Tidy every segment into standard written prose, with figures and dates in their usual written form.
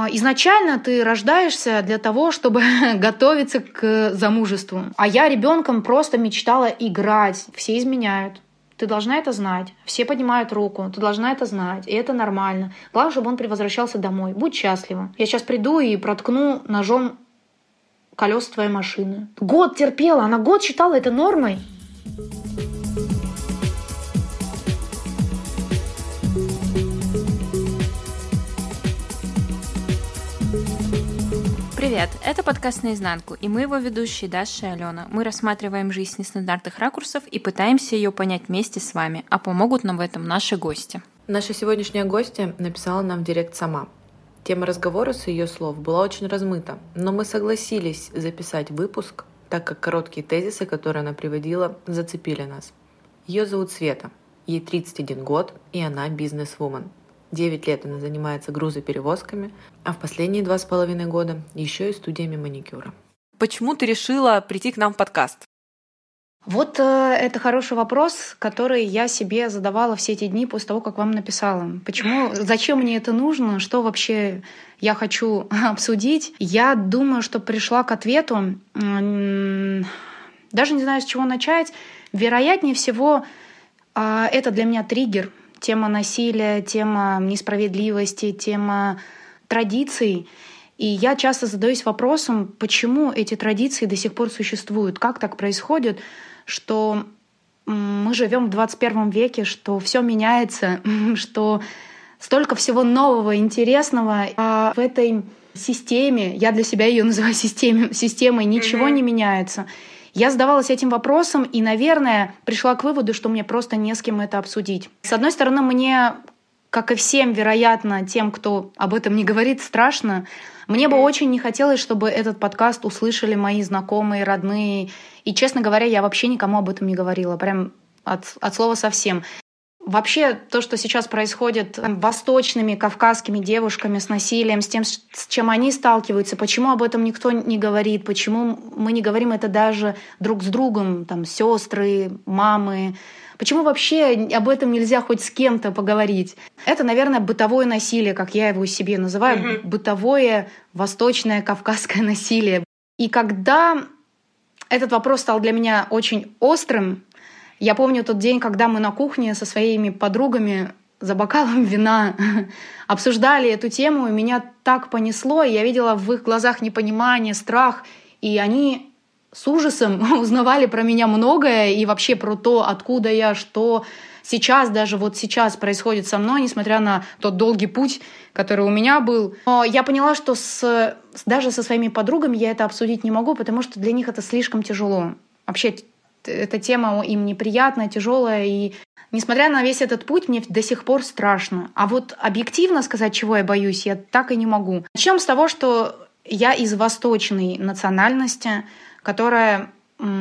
изначально ты рождаешься для того, чтобы готовиться к замужеству. А я ребенком просто мечтала играть. Все изменяют. Ты должна это знать. Все поднимают руку. Ты должна это знать. И это нормально. Главное, чтобы он возвращался домой. Будь счастлива. Я сейчас приду и проткну ножом колеса твоей машины. Год терпела. Она год считала это нормой. Привет, это подкаст «Наизнанку», и мы его ведущие Даша и Алена. Мы рассматриваем жизнь с нестандартных ракурсов и пытаемся ее понять вместе с вами, а помогут нам в этом наши гости. Наша сегодняшняя гостья написала нам в директ сама. Тема разговора с ее слов была очень размыта, но мы согласились записать выпуск, так как короткие тезисы, которые она приводила, зацепили нас. Ее зовут Света, ей 31 год, и она бизнес-вумен. 9 лет она занимается грузоперевозками, а в последние 2,5 года еще и студиями маникюра. Почему ты решила прийти к нам в подкаст? Вот это хороший вопрос, который я себе задавала все эти дни после того, как вам написала. Почему, зачем мне это нужно, что вообще я хочу обсудить? Я думаю, что пришла к ответу, даже не знаю, с чего начать. Вероятнее всего, это для меня триггер. Тема насилия, тема несправедливости, тема традиций. И я часто задаюсь вопросом, почему эти традиции до сих пор существуют, как так происходит, что мы живем в 21 веке, что все меняется, что столько всего нового, интересного. А в этой системе, я для себя ее называю системой, ничего не меняется. Я задавалась этим вопросом и, наверное, пришла к выводу, что мне просто не с кем это обсудить. С одной стороны, мне, как и всем, вероятно, тем, кто об этом не говорит, страшно. Мне бы очень не хотелось, чтобы этот подкаст услышали мои знакомые, родные. И, честно говоря, я вообще никому об этом не говорила. Прям от слова совсем. Вообще, то, что сейчас происходит восточными, кавказскими девушками с насилием, с тем, с чем они сталкиваются, почему об этом никто не говорит, почему мы не говорим это даже друг с другом, там, сестры, мамы, почему вообще об этом нельзя хоть с кем-то поговорить? Это, наверное, бытовое насилие, как я его себе называю, бытовое восточное кавказское насилие. И когда этот вопрос стал для меня очень острым, я помню тот день, когда мы на кухне со своими подругами за бокалом вина обсуждали эту тему, и меня так понесло, и я видела в их глазах непонимание, страх, и они с ужасом узнавали про меня многое и вообще про то, откуда я, что сейчас, даже вот сейчас происходит со мной, несмотря на тот долгий путь, который у меня был. Но я поняла, что даже со своими подругами я это обсудить не могу, потому что для них это слишком тяжело. Вообще, эта тема им неприятная, тяжелая, и несмотря на весь этот путь, мне до сих пор страшно. А вот объективно сказать, чего я боюсь, я так и не могу. Начнем с того, что я из восточной национальности, которая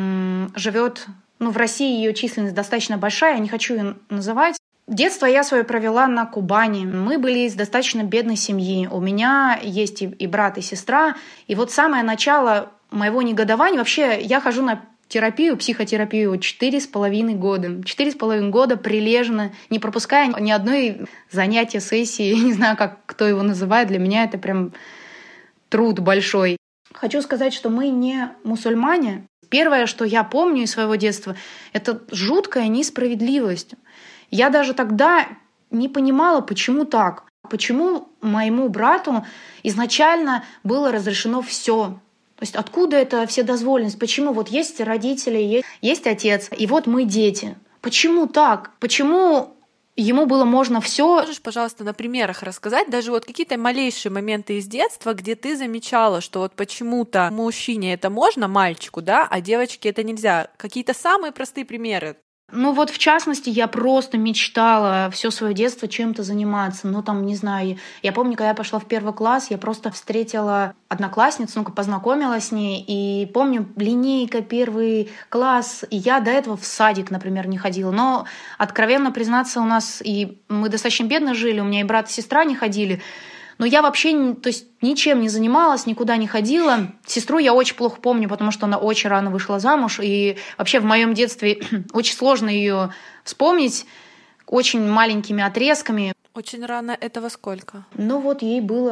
живет, в России ее численность достаточно большая, я не хочу ее называть. Детство я свое провела на Кубани. Мы были из достаточно бедной семьи. У меня есть и брат, и сестра. И вот самое начало моего негодования, вообще я хожу на психотерапию 4,5 года. 4,5 года прилежно, не пропуская ни одной занятия, сессии. Я не знаю, кто его называет. Для меня это прям труд большой. Хочу сказать, что мы не мусульмане. Первое, что я помню из своего детства, это жуткая несправедливость. Я даже тогда не понимала, почему так. Почему моему брату изначально было разрешено все. То есть откуда эта вседозволенность? Почему вот есть родители, есть отец, и вот мы дети? Почему так? Почему ему было можно все? Можешь, пожалуйста, на примерах рассказать даже вот какие-то малейшие моменты из детства, где ты замечала, что вот почему-то мужчине это можно, мальчику, да, а девочке это нельзя? Какие-то самые простые примеры. Вот в частности, я просто мечтала все свое детство чем-то заниматься. Не знаю, я помню, когда я пошла в 1 класс, я просто встретила одноклассницу, познакомилась с ней, и помню, линейка, 1 класс, и я до этого в садик, например, не ходила. Но, откровенно признаться, у нас и мы достаточно бедно жили, у меня и брат, и сестра не ходили. Но я вообще ничем не занималась, никуда не ходила. Сестру я очень плохо помню, потому что она очень рано вышла замуж. И вообще в моем детстве очень сложно ее вспомнить очень маленькими отрезками. Очень рано — это во сколько? Ей было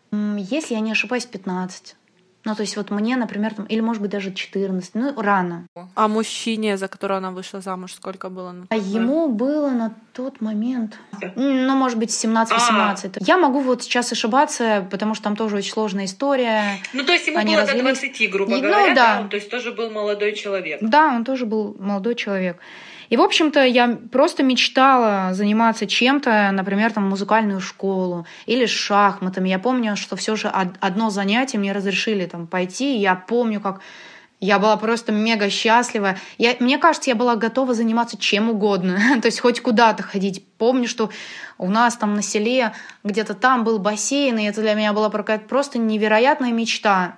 Если я не ошибаюсь, 15. Ну, то есть вот мне, например, там, или, может быть, даже 14. Ну, рано. А мужчине, за которого она вышла замуж, сколько было? А ему было на тот момент, ну, может быть, 17-18. Я могу вот сейчас ошибаться, потому что там тоже очень сложная история. Ну, то есть ему Они было развелись. до 20, грубо говоря, Ну, да. Он, то есть тоже был молодой человек. Да, он тоже был молодой человек. И, в общем-то, я просто мечтала заниматься чем-то, например, там, музыкальную школу или шахматами. Я помню, что все же одно занятие мне разрешили там пойти. Я помню, как я была просто мега счастлива. Мне кажется, я была готова заниматься чем угодно. То есть хоть куда-то ходить. Помню, что у нас там на селе где-то там был бассейн, и это для меня была просто невероятная мечта.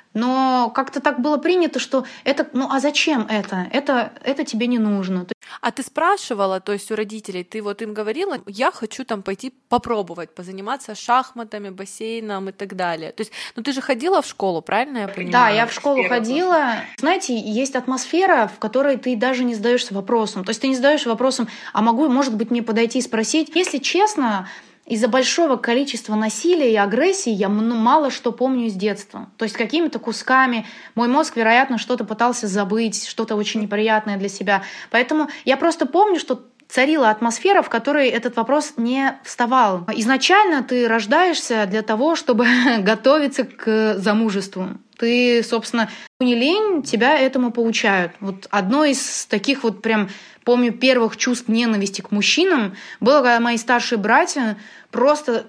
Но как-то так было принято, что это, ну а зачем это? Это тебе не нужно. А ты спрашивала, то есть у родителей, ты вот им говорила, я хочу там пойти попробовать, позаниматься шахматами, бассейном и так далее. То есть, ну ты же ходила в школу, правильно я понимаю? Да, я в школу ходила. Знаете, есть атмосфера, в которой ты даже не задаешься вопросом. То есть ты не задаешься вопросом, а может быть, мне подойти и спросить. Если честно, из-за большого количества насилия и агрессии я мало что помню из детства. То есть какими-то кусками мой мозг, вероятно, что-то пытался забыть, что-то очень неприятное для себя. Поэтому я просто помню, что царила атмосфера, в которой этот вопрос не вставал. Изначально ты рождаешься для того, чтобы готовиться к замужеству. Ты, собственно, не лень, тебя этому поучают. Вот одно из таких вот прям, помню, первых чувств ненависти к мужчинам было, когда мои старшие братья просто...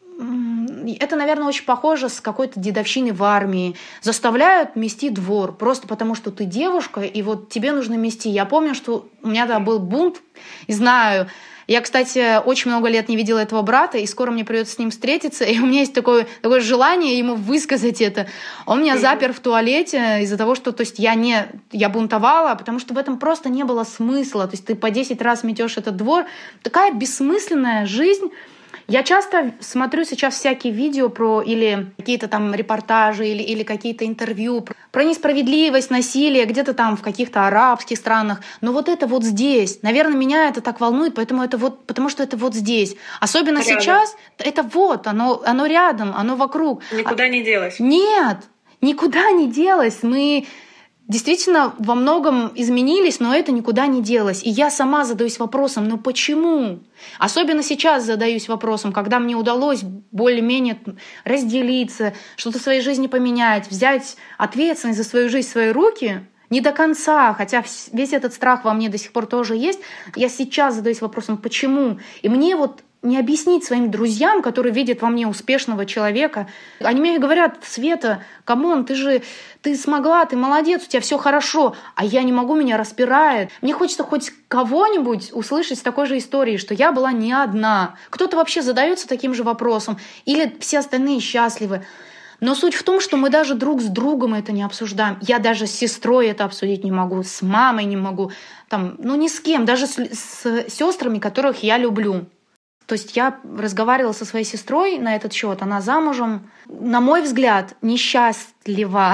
Это, наверное, очень похоже с какой-то дедовщиной в армии. Заставляют мести двор, просто потому что ты девушка, и вот тебе нужно мести. Я помню, что у меня там был бунт, и знаю... Я, кстати, очень много лет не видела этого брата, и скоро мне придется с ним встретиться, и у меня есть такое желание ему высказать это. Он меня запер в туалете из-за того, что, то есть, я бунтовала, потому что в этом просто не было смысла. То есть ты по 10 раз метешь этот двор. Такая бессмысленная жизнь. Я часто смотрю сейчас всякие видео или какие-то там репортажи, или какие-то интервью про несправедливость, насилие где-то там в каких-то арабских странах. Но вот это вот здесь. Наверное, меня это так волнует, потому что это вот здесь. Особенно рядом. Сейчас это вот, оно рядом, оно вокруг. Никуда не делось. Нет, никуда не делось. Мы действительно во многом изменились, но это никуда не делось. И я сама задаюсь вопросом, ну почему? Особенно сейчас задаюсь вопросом, когда мне удалось более-менее разделиться, что-то в своей жизни поменять, взять ответственность за свою жизнь в свои руки, не до конца, хотя весь этот страх во мне до сих пор тоже есть, я сейчас задаюсь вопросом, почему? И мне вот не объяснить своим друзьям, которые видят во мне успешного человека. Они мне говорят: Света, камон, ты смогла, ты молодец, у тебя все хорошо, а я не могу, меня распирает. Мне хочется хоть кого-нибудь услышать с такой же историей, что я была не одна. Кто-то вообще задается таким же вопросом, или все остальные счастливы. Но суть в том, что мы даже друг с другом это не обсуждаем. Я даже с сестрой это обсудить не могу, с мамой не могу, ни с кем, даже с сестрами, которых я люблю. То есть я разговаривала со своей сестрой на этот счет, она замужем. На мой взгляд, несчастлива.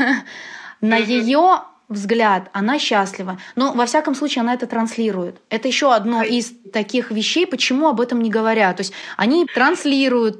На ее взгляд, она счастлива. Но, во всяком случае, она это транслирует. Это еще одно из таких вещей, почему об этом не говорят. То есть они транслируют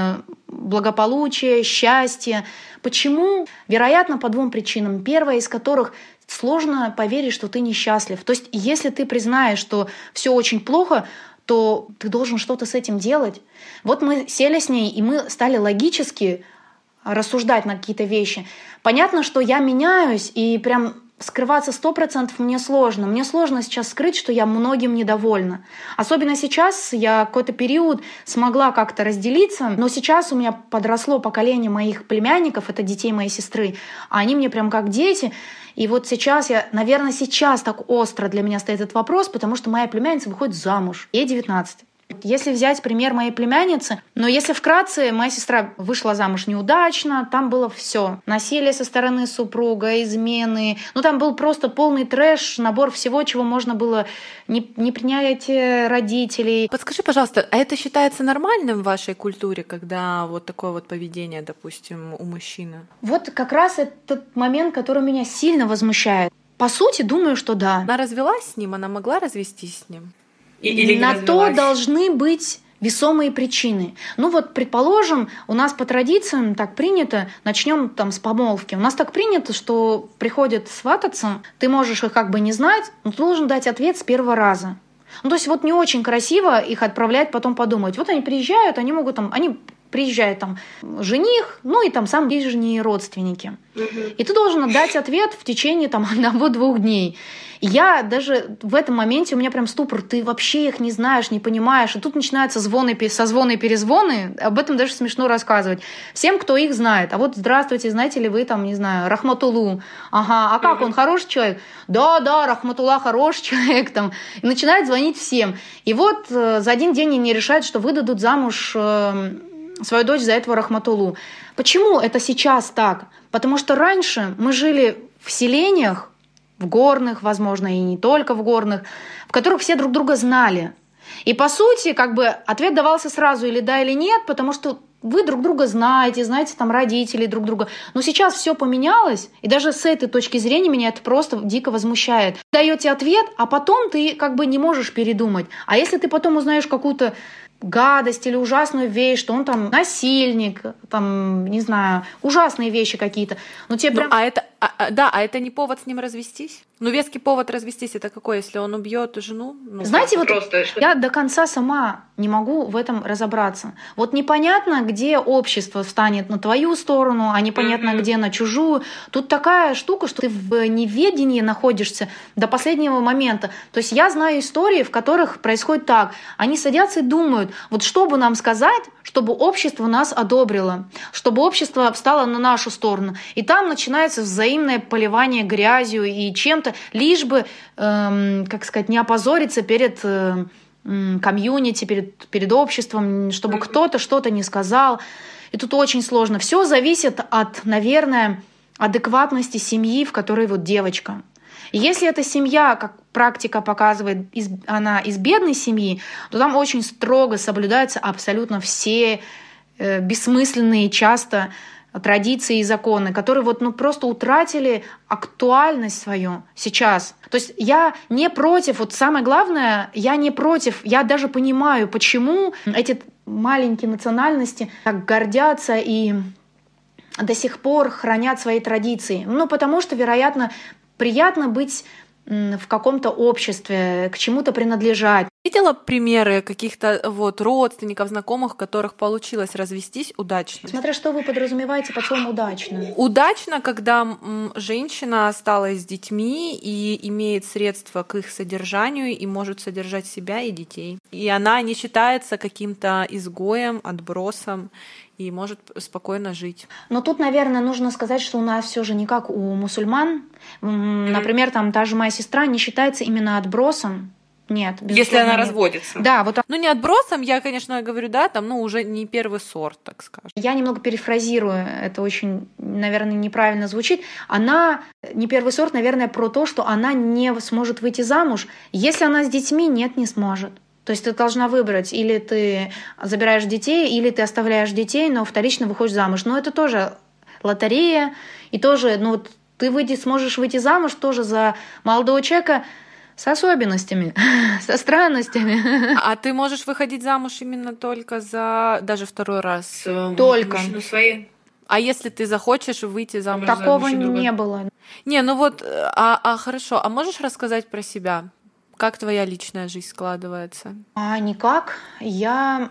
благополучие, счастье. Почему? Вероятно, по двум причинам. Первая из которых — сложно поверить, что ты несчастлив. То есть если ты признаешь, что все очень плохо, то ты должен что-то с этим делать. Вот мы сели с ней, и мы стали логически рассуждать на какие-то вещи. Понятно, что я меняюсь, и прям скрываться 100% мне сложно. Мне сложно сейчас скрыть, что я многим недовольна. Особенно сейчас я какой-то период смогла как-то разделиться, но сейчас у меня подросло поколение моих племянников, это детей моей сестры, а они мне прям как дети. И вот сейчас наверное, сейчас так остро для меня стоит этот вопрос, потому что моя племянница выходит замуж. Ей 19. Если взять пример моей племянницы, но если вкратце, моя сестра вышла замуж неудачно, там было все: насилие со стороны супруга, измены, там был просто полный трэш, набор всего, чего можно было, непринятие родителей. Подскажи, пожалуйста, а это считается нормальным в вашей культуре, когда вот такое вот поведение, допустим, у мужчины? Вот как раз этот момент, который меня сильно возмущает. По сути, думаю, что да. Она развелась с ним, она могла развестись с ним? Или на то должны быть весомые причины. Ну вот, предположим, у нас по традициям так принято, начнем там с помолвки. У нас так принято, что приходят свататься, ты можешь их как бы не знать, но ты должен дать ответ с первого раза. Ну, то есть вот не очень красиво их отправлять, потом подумать. Вот они приезжают, они могут там, они приезжает там жених, ну и там сам ближние родственники. И ты должен отдать ответ в течение там 1-2 дней. И я даже в этом моменте, у меня прям ступор, ты вообще их не знаешь, не понимаешь. И тут начинаются созвоны и перезвоны, об этом даже смешно рассказывать. Всем, кто их знает. А вот здравствуйте, знаете ли вы там, не знаю, Рахматуллу? Ага, а как, он хороший человек? Да, Рахматулла хороший человек там. И начинает звонить всем. И вот за один день они решают, что выдадут замуж свою дочь за этого Рахматуллу. Почему это сейчас так? Потому что раньше мы жили в селениях, в горных, возможно, и не только в горных, в которых все друг друга знали. И по сути, как бы ответ давался сразу или да, или нет, потому что вы друг друга знаете там родителей друг друга. Но сейчас все поменялось, и даже с этой точки зрения меня это просто дико возмущает. Даете ответ, а потом ты как бы не можешь передумать. А если ты потом узнаешь какую-то гадость или ужасную вещь, что он там насильник, там, не знаю, ужасные вещи какие-то. Ну, тебе прям... А это не повод с ним развестись? Ну, веский повод развестись это какой, если он убьет жену? Ну, знаете, вот я до конца сама не могу в этом разобраться. Вот непонятно, где общество встанет на твою сторону, а непонятно, где на чужую. Тут такая штука, что ты в неведении находишься до последнего момента. То есть я знаю истории, в которых происходит так. Они садятся и думают, вот что бы нам сказать, чтобы общество нас одобрило, чтобы общество встало на нашу сторону. И там начинается взаимное поливание грязью и чем-то, лишь бы, как сказать, не опозориться перед комьюнити, перед обществом, чтобы кто-то что-то не сказал. И тут очень сложно. Все зависит от, наверное, адекватности семьи, в которой вот девочка. И если эта семья, как практика показывает, она из бедной семьи, то там очень строго соблюдаются абсолютно все бессмысленные часто традиции и законы, которые вот, просто утратили актуальность свою сейчас. То есть я не против, вот самое главное, я не против, я даже понимаю, почему эти маленькие национальности так гордятся и до сих пор хранят свои традиции. Потому что, вероятно, приятно быть в каком-то обществе, к чему-то принадлежать. Видела примеры каких-то родственников, знакомых, которых получилось развестись удачно? Смотря что вы подразумеваете под словом «удачно». Удачно, когда женщина осталась с детьми и имеет средства к их содержанию и может содержать себя и детей. И она не считается каким-то изгоем, отбросом и может спокойно жить. Но тут, наверное, нужно сказать, что у нас все же не как у мусульман. Например, там та же моя сестра не считается именно отбросом. Нет, если она разводится. Да, вот. Ну, не отбросом, я, конечно, говорю, да, там, уже не первый сорт, так скажем. Я немного перефразирую, это очень, наверное, неправильно звучит. Она не первый сорт, наверное, про то, что она не сможет выйти замуж. Если она с детьми, нет, не сможет. То есть ты должна выбрать, или ты забираешь детей, или ты оставляешь детей, но вторично выходишь замуж. Но это тоже лотерея, и тоже, ты сможешь выйти замуж тоже за молодого человека с особенностями, со странностями. А ты можешь выходить замуж именно только за даже второй раз? Только. А если ты захочешь выйти замуж такого за мужчину? Не было. Не, хорошо. А можешь рассказать про себя? Как твоя личная жизнь складывается? Никак. Я...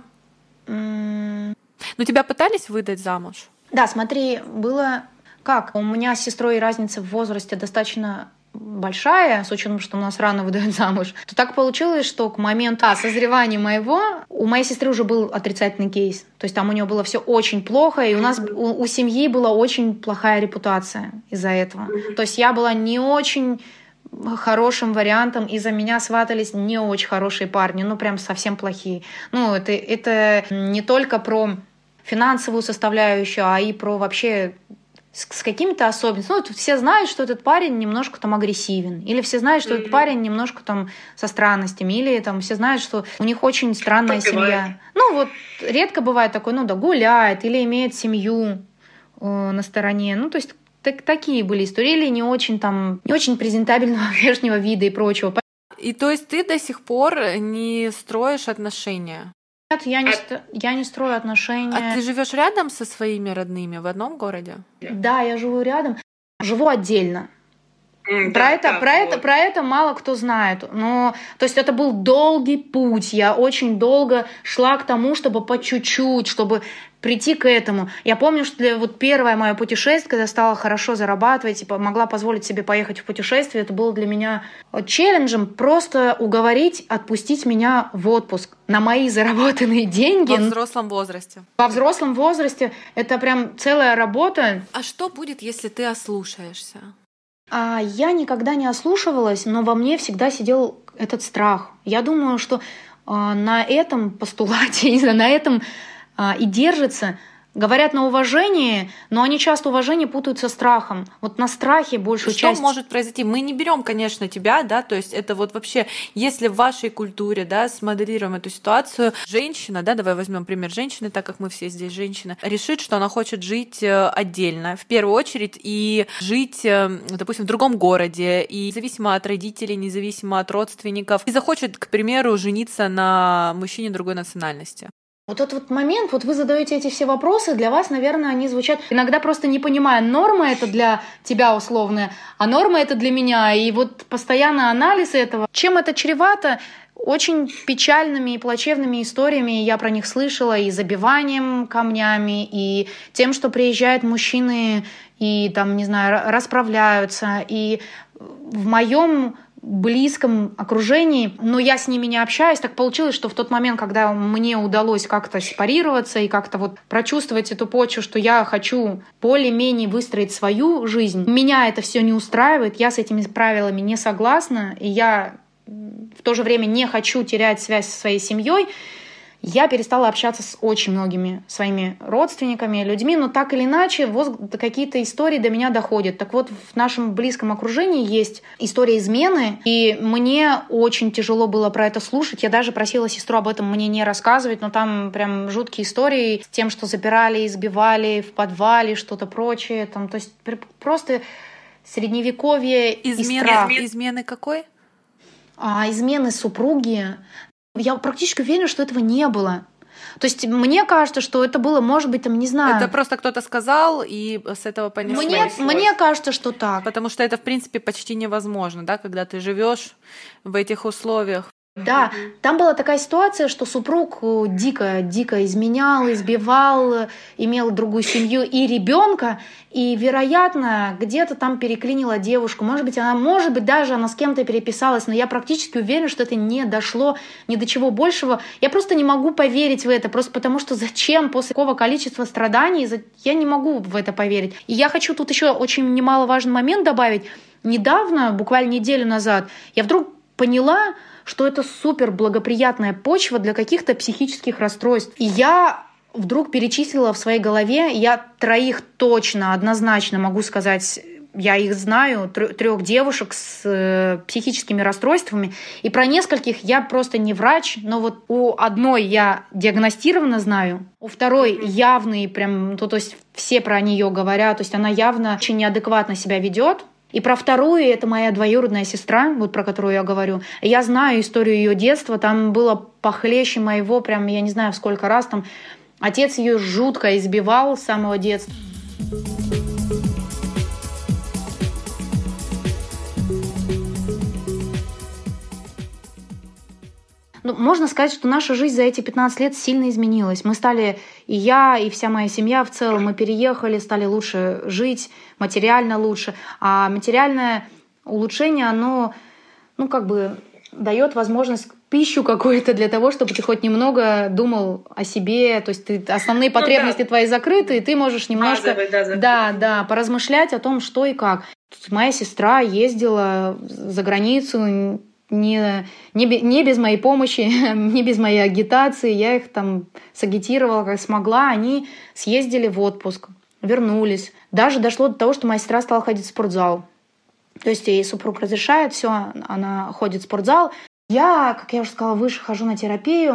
тебя пытались выдать замуж? Да, смотри, было как? У меня с сестрой разница в возрасте достаточно большая, с учетом, что у нас рано выдают замуж, то так получилось, что к моменту созревания моего у моей сестры уже был отрицательный кейс. То есть там у нее было все очень плохо, и у нас у семьи была очень плохая репутация из-за этого. То есть я была не очень хорошим вариантом, и за меня сватались не очень хорошие парни, прям совсем плохие. Это не только про финансовую составляющую, а и про вообще с какими-то особенностями. Тут все знают, что этот парень немножко там агрессивен, или все знают, что этот парень немножко там со странностями, или там все знают, что у них очень странная семья. Редко бывает такое, гуляет или имеет семью на стороне. То есть такие были истории, или не очень презентабельного внешнего вида и прочего. И то есть ты до сих пор не строишь отношения? Нет, я не строю отношения. А ты живешь рядом со своими родными в одном городе? Да, я живу рядом, живу отдельно. Про это мало кто знает. Но, то есть это был долгий путь. Я очень долго шла к тому, чтобы по чуть-чуть, чтобы прийти к этому. Я помню, что вот первое мое путешествие, когда я стала хорошо зарабатывать, типа могла позволить себе поехать в путешествие, это было для меня челленджем просто уговорить, отпустить меня в отпуск на мои заработанные деньги. Во взрослом возрасте. Во взрослом возрасте это прям целая работа. А что будет, если ты ослушаешься? Я никогда не ослушивалась, но во мне всегда сидел этот страх. Я думаю, что на этом постулате, не знаю, на этом и держится. Говорят на уважение, но они часто уважение путают со страхом. Вот на страхе большую часть... Что может произойти? Мы не берем, конечно, тебя, да, то есть это вот вообще, если в вашей культуре, да, смоделируем эту ситуацию, женщина, да, давай возьмем пример женщины, так как мы все здесь женщины, решит, что она хочет жить отдельно, в первую очередь, и жить, допустим, в другом городе, и независимо от родителей, независимо от родственников, и захочет, к примеру, жениться на мужчине другой национальности. Вот этот вот момент, вот вы задаете эти все вопросы, для вас, наверное, они звучат, иногда просто не понимая, норма это для тебя условная, а норма это для меня. И вот постоянно анализ этого. Чем это чревато? Очень печальными и плачевными историями я про них слышала, и забиванием камнями, и тем, что приезжают мужчины и там, не знаю, расправляются. И в моем близком окружении, но я с ними не общаюсь. Так получилось, что в тот момент, когда мне удалось как-то сепарироваться и как-то вот прочувствовать эту почву, что я хочу более-менее выстроить свою жизнь, меня это все не устраивает, я с этими правилами не согласна, и я в то же время не хочу терять связь со своей семьей, я перестала общаться с очень многими своими родственниками, людьми, но так или иначе какие-то истории до меня доходят. Так вот, в нашем близком окружении есть история измены, и мне очень тяжело было про это слушать. Я даже просила сестру об этом мне не рассказывать, но там прям жуткие истории с тем, что запирали, избивали в подвале, что-то прочее. Там, то есть просто средневековье и страх. Измены какой? Измены супруги. Я практически уверена, что этого не было. То есть мне кажется, что это было, может быть, там, не знаю... Это просто кто-то сказал, и с этого понеслось. Мне кажется, что так. Потому что это, в принципе, почти невозможно, да, когда ты живешь в этих условиях. Да, там была такая ситуация, что супруг дико изменял, избивал, имел другую семью и ребенка, и, вероятно, где-то там переклинила девушку. Может быть, даже она с кем-то переписалась, но я практически уверена, что это не дошло ни до чего большего. Я просто не могу поверить в это, просто потому что зачем после такого количества страданий, я не могу в это поверить. И я хочу тут еще очень немаловажный момент добавить. Недавно, буквально неделю назад, я вдруг поняла, что это супер благоприятная почва для каких-то психических расстройств. И я вдруг перечислила в своей голове, я 3 точно, однозначно могу сказать, я их знаю, 3 девушек с психическими расстройствами. И про нескольких я просто не врач, но вот у одной я диагностированно знаю, у второй явный прям, то есть все про нее говорят, то есть она явно очень неадекватно себя ведет. И про вторую, это моя двоюродная сестра, вот про которую я говорю. Я знаю историю ее детства, там было похлеще моего, прям я не знаю в сколько раз, там отец ее жутко избивал с самого детства. Можно сказать, что наша жизнь за эти 15 лет сильно изменилась. Мы стали, и я, и вся моя семья в целом, мы переехали, стали лучше жить, материально лучше. А материальное улучшение, оно, дает возможность пищу какую-то для того, чтобы ты хоть немного думал о себе. То есть основные потребности твои закрыты, и ты можешь немножко поразмышлять о том, что и как. Моя сестра ездила за границу, не без моей помощи, не без моей агитации. Я их там сагитировала, как смогла. Они съездили в отпуск, вернулись. Даже дошло до того, что моя сестра стала ходить в спортзал. То есть ей супруг разрешает, все, она ходит в спортзал. Я, как я уже сказала, выше хожу на терапию.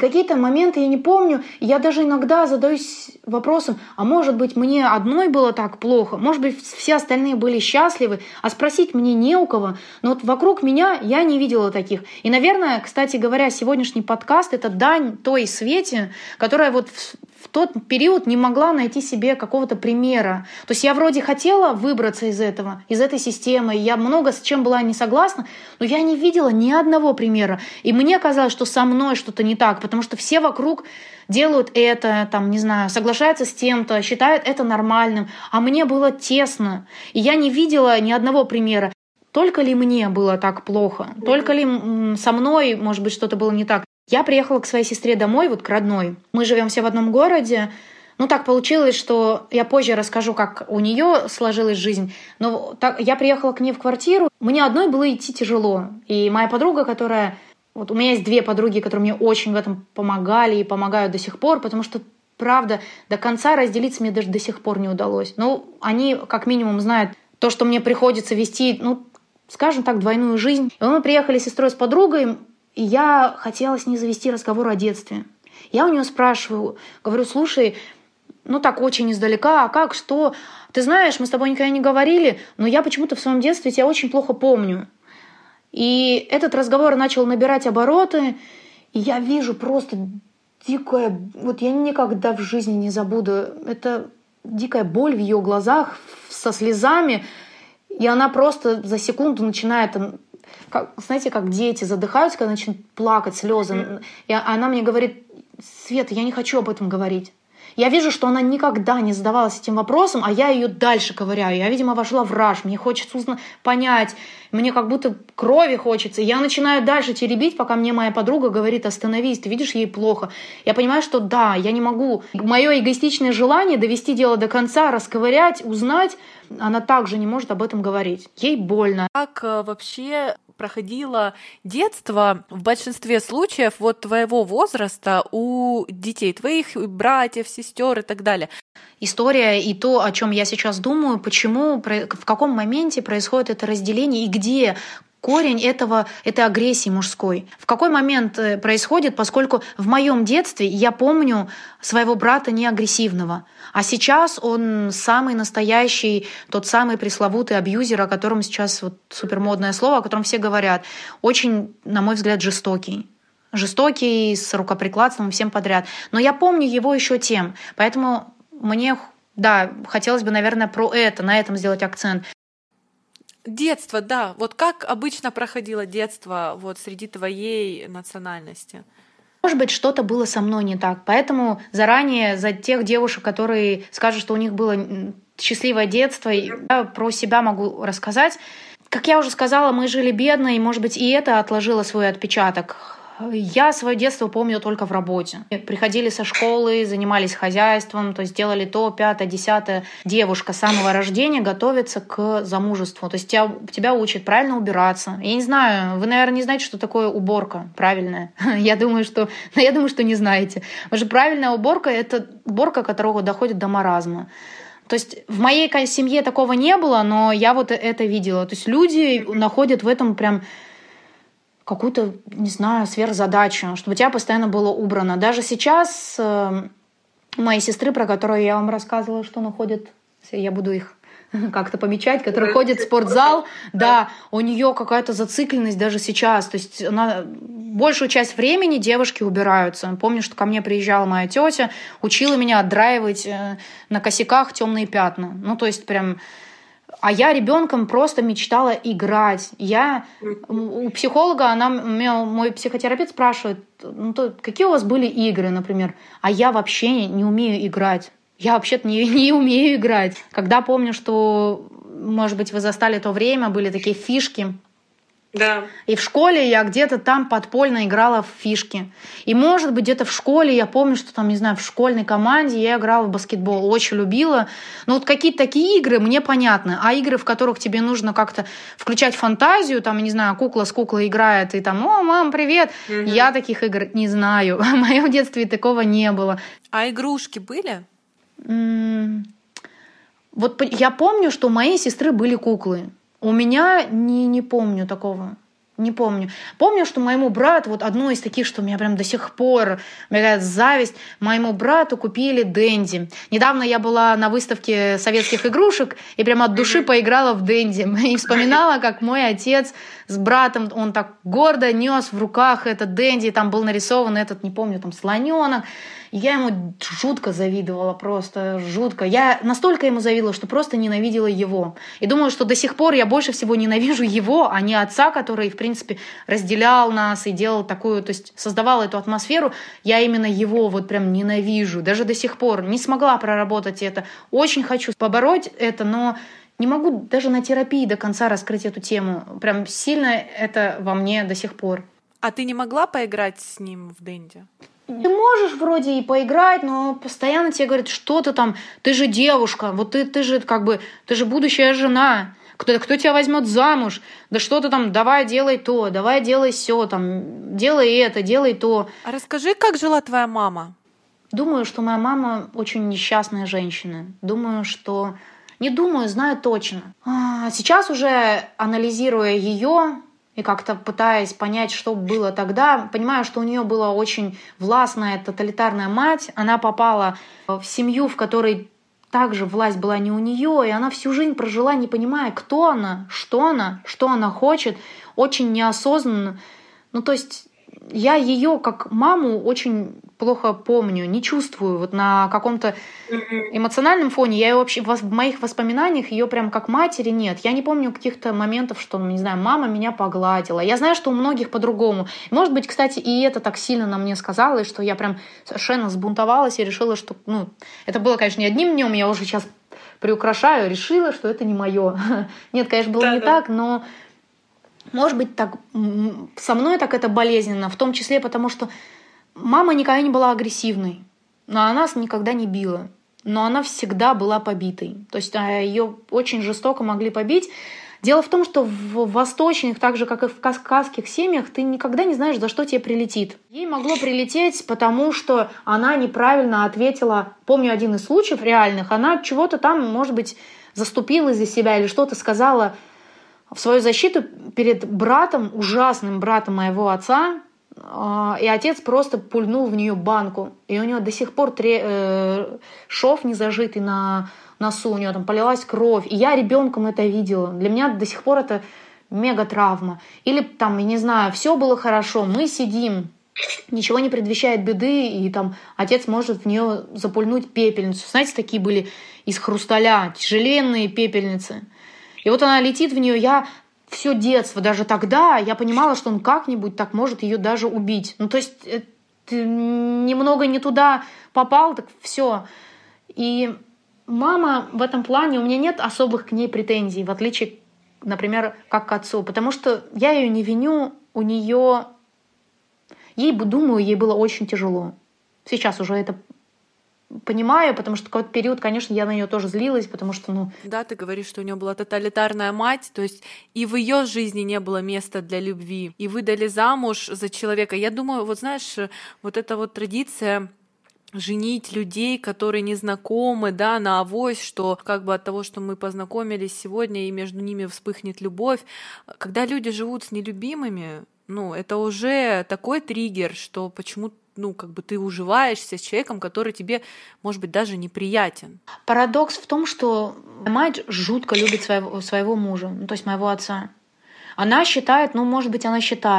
Какие-то моменты я не помню, и я даже иногда задаюсь вопросом, а может быть мне одной было так плохо, может быть все остальные были счастливы, а спросить мне не у кого. Но вот вокруг меня я не видела таких. И, наверное, кстати говоря, сегодняшний подкаст — это дань той Свете, которая вот в тот период не могла найти себе какого-то примера. То есть я вроде хотела выбраться из этой системы, я много с чем была не согласна, но я не видела ни одного примера. И мне казалось, что со мной что-то не так, потому что все вокруг делают это, там, не знаю, соглашаются с тем-то, считают это нормальным, а мне было тесно. И я не видела ни одного примера. Только ли мне было так плохо? Только ли со мной, может быть, что-то было не так? Я приехала к своей сестре домой, вот к родной. Мы живем все в одном городе. Ну, так получилось, что я позже расскажу, как у нее сложилась жизнь. Но я приехала к ней в квартиру. Мне одной было идти тяжело. И моя подруга, которая... Вот у меня есть две подруги, которые мне очень в этом помогали и помогают до сих пор, потому что, правда, до конца разделиться мне даже до сих пор не удалось. Ну, они как минимум знают то, что мне приходится вести, ну, скажем так, двойную жизнь. И мы приехали с сестрой, с подругой, и я хотела с ней завести разговор о детстве. Я у нее спрашиваю, говорю, слушай, ну так очень издалека, а как, что? Ты знаешь, мы с тобой никогда не говорили, но я почему-то в своем детстве тебя очень плохо помню. И этот разговор начал набирать обороты, и я вижу просто дикая... Вот я никогда в жизни не забуду. Это дикая боль в ее глазах, со слезами, и она просто за секунду начинает... Знаете, как дети задыхаются, когда начинают плакать, слезы. И она мне говорит, Света, я не хочу об этом говорить. Я вижу, что она никогда не задавалась этим вопросом, а я ее дальше ковыряю. Я, видимо, вошла в раж, мне хочется понять, мне как будто крови хочется. Я начинаю дальше теребить, пока мне моя подруга говорит, остановись, ты видишь, ей плохо. Я понимаю, что да, я не могу. Мое эгоистичное желание довести дело до конца, расковырять, узнать, она также не может об этом говорить. Ей больно. Как вообще проходило детство в большинстве случаев вот твоего возраста у детей, твоих братьев, сестер и так далее? История и то, о чем я сейчас думаю, почему, в каком моменте происходит это разделение и где корень этой агрессии мужской. В какой момент происходит, поскольку в моем детстве я помню своего брата не агрессивного, а сейчас он самый настоящий, тот самый пресловутый абьюзер, о котором сейчас вот супермодное слово, о котором все говорят, очень, на мой взгляд, жестокий, с рукоприкладством и всем подряд. Но я помню его еще тем, поэтому мне, да, хотелось бы, наверное, на этом сделать акцент. Детство, да. Вот как обычно проходило детство вот среди твоей национальности? Может быть, что-то было со мной не так. Поэтому заранее за тех девушек, которые скажут, что у них было счастливое детство, я про себя могу рассказать. Как я уже сказала, мы жили бедно, и, может быть, и это отложило свой отпечаток. Я свое детство помню только в работе. Приходили со школы, занимались хозяйством, то есть делали то, 5-е, 10-е. Девушка с самого рождения готовится к замужеству. То есть тебя учат правильно убираться. Я не знаю, вы, наверное, не знаете, что такое уборка правильная. Я думаю, что не знаете. Потому что правильная уборка — это уборка, которая доходит до маразма. То есть в моей семье такого не было, но я вот это видела. То есть люди находят в этом прям какую-то, не знаю, сверхзадачу, чтобы у тебя постоянно было убрано. Даже сейчас у моей сестры, про которую я вам рассказывала, что она ходит, я буду их как-то помечать, которая ходит в спортзал, да, у нее какая-то зацикленность даже сейчас. То есть она большую часть времени девушки убираются. Помню, что ко мне приезжала моя тетя, учила меня отдраивать на косяках темные пятна. Ну, то есть прям... А я ребенком просто мечтала играть. У психолога, мой психотерапевт спрашивает, какие у вас были игры, например. А я вообще не умею играть. Я вообще-то не умею играть. Когда помню, что, может быть, вы застали то время, были такие фишки. Да. И в школе я где-то там подпольно играла в фишки. И, может быть, где-то в школе я помню, что там, не знаю, в школьной команде я играла в баскетбол, очень любила. Но вот какие-то такие игры мне понятны. А игры, в которых тебе нужно как-то включать фантазию, там, не знаю, кукла с куклой играет, и там, о, мам, привет. Угу. Я таких игр не знаю. В моем детстве такого не было. А игрушки были? Вот я помню, что у моей сестры были куклы. У меня не помню такого. Не помню. Помню, что моему брату, вот одно из таких, что у меня прям до сих пор, у меня какая-то зависть, моему брату купили Денди. Недавно я была на выставке советских игрушек и прям от души поиграла в Денди. И вспоминала, как мой отец с братом, он так гордо нес в руках этот Денди, там был нарисован этот, не помню, там слоненок. И я ему жутко завидовала, просто жутко. Я настолько ему завидовала, что просто ненавидела его. И думаю, что до сих пор я больше всего ненавижу его, а не отца, который, в принципе, разделял нас и делал такую, то есть создавал эту атмосферу. Я именно его вот прям ненавижу. Даже до сих пор не смогла проработать это. Очень хочу побороть это, но не могу даже на терапии до конца раскрыть эту тему. Прям сильно это во мне до сих пор. А ты не могла поиграть с ним в Денди? Ты можешь вроде и поиграть, но постоянно тебе говорят, что ты там, ты же девушка, вот ты же как бы, ты же будущая жена, кто тебя возьмет замуж, да что ты там, давай делай то, давай делай сё, там, делай это, делай то. А расскажи, как жила твоя мама? Думаю, что моя мама очень несчастная женщина. Думаю, что... Не думаю, знаю точно. Сейчас уже, анализируя ее и как-то пытаясь понять, что было тогда, понимаю, что у нее была очень властная, тоталитарная мать. Она попала в семью, в которой также власть была не у нее, и она всю жизнь прожила, не понимая, кто она, что она хочет, очень неосознанно. Ну, то есть я ее как маму очень плохо помню, не чувствую вот на каком-то эмоциональном фоне. Я ее вообще в моих воспоминаниях ее прям как матери нет. Я не помню каких-то моментов, что, не знаю, мама меня погладила. Я знаю, что у многих по-другому. Может быть, кстати, и это так сильно на мне сказалось, что я прям совершенно сбунтовалась и решила, что, это было, конечно, не одним днем, я уже сейчас приукрашаю, решила, что это не мое. Нет, конечно, было не так, но может быть, так со мной так это болезненно, в том числе потому, что мама никогда не была агрессивной, но она нас никогда не била, но она всегда была побитой. То есть ее очень жестоко могли побить. Дело в том, что в восточных, так же, как и в кавказских семьях, ты никогда не знаешь, за что тебе прилетит. Ей могло прилететь, потому что она неправильно ответила. Помню один из случаев реальных. Она чего-то там, может быть, заступилась за себя или что-то сказала в свою защиту перед братом, ужасным братом моего отца, и отец просто пульнул в нее банку. И у нее до сих пор шов не зажитый на носу, у нее там полилась кровь. И я ребенком это видела. Для меня до сих пор это мега травма. Или там, я не знаю, все было хорошо, мы сидим, ничего не предвещает беды, и там отец может в нее запульнуть пепельницу. Знаете, такие были из хрусталя, тяжеленные пепельницы. И вот она летит в нее, я все детство, даже тогда, я понимала, что он как-нибудь так может ее даже убить. То есть ты немного не туда попал, так все. И мама в этом плане, у меня нет особых к ней претензий, в отличие, например, как к отцу, потому что я ее не виню, у нее, думаю, ей было очень тяжело. Сейчас уже это понимаю, потому что какой-то период, конечно, я на нее тоже злилась, потому что, Да, ты говоришь, что у нее была тоталитарная мать, то есть и в ее жизни не было места для любви, и выдали замуж за человека. Я думаю, вот знаешь, вот эта вот традиция женить людей, которые не знакомы, да, на авось, что как бы от того, что мы познакомились сегодня, и между ними вспыхнет любовь. Когда люди живут с нелюбимыми, это уже такой триггер, что почему-то ты уживаешься с человеком, который тебе, может быть, даже неприятен. Парадокс в том, что мать жутко любит своего мужа, то есть моего отца. Она считает, может быть,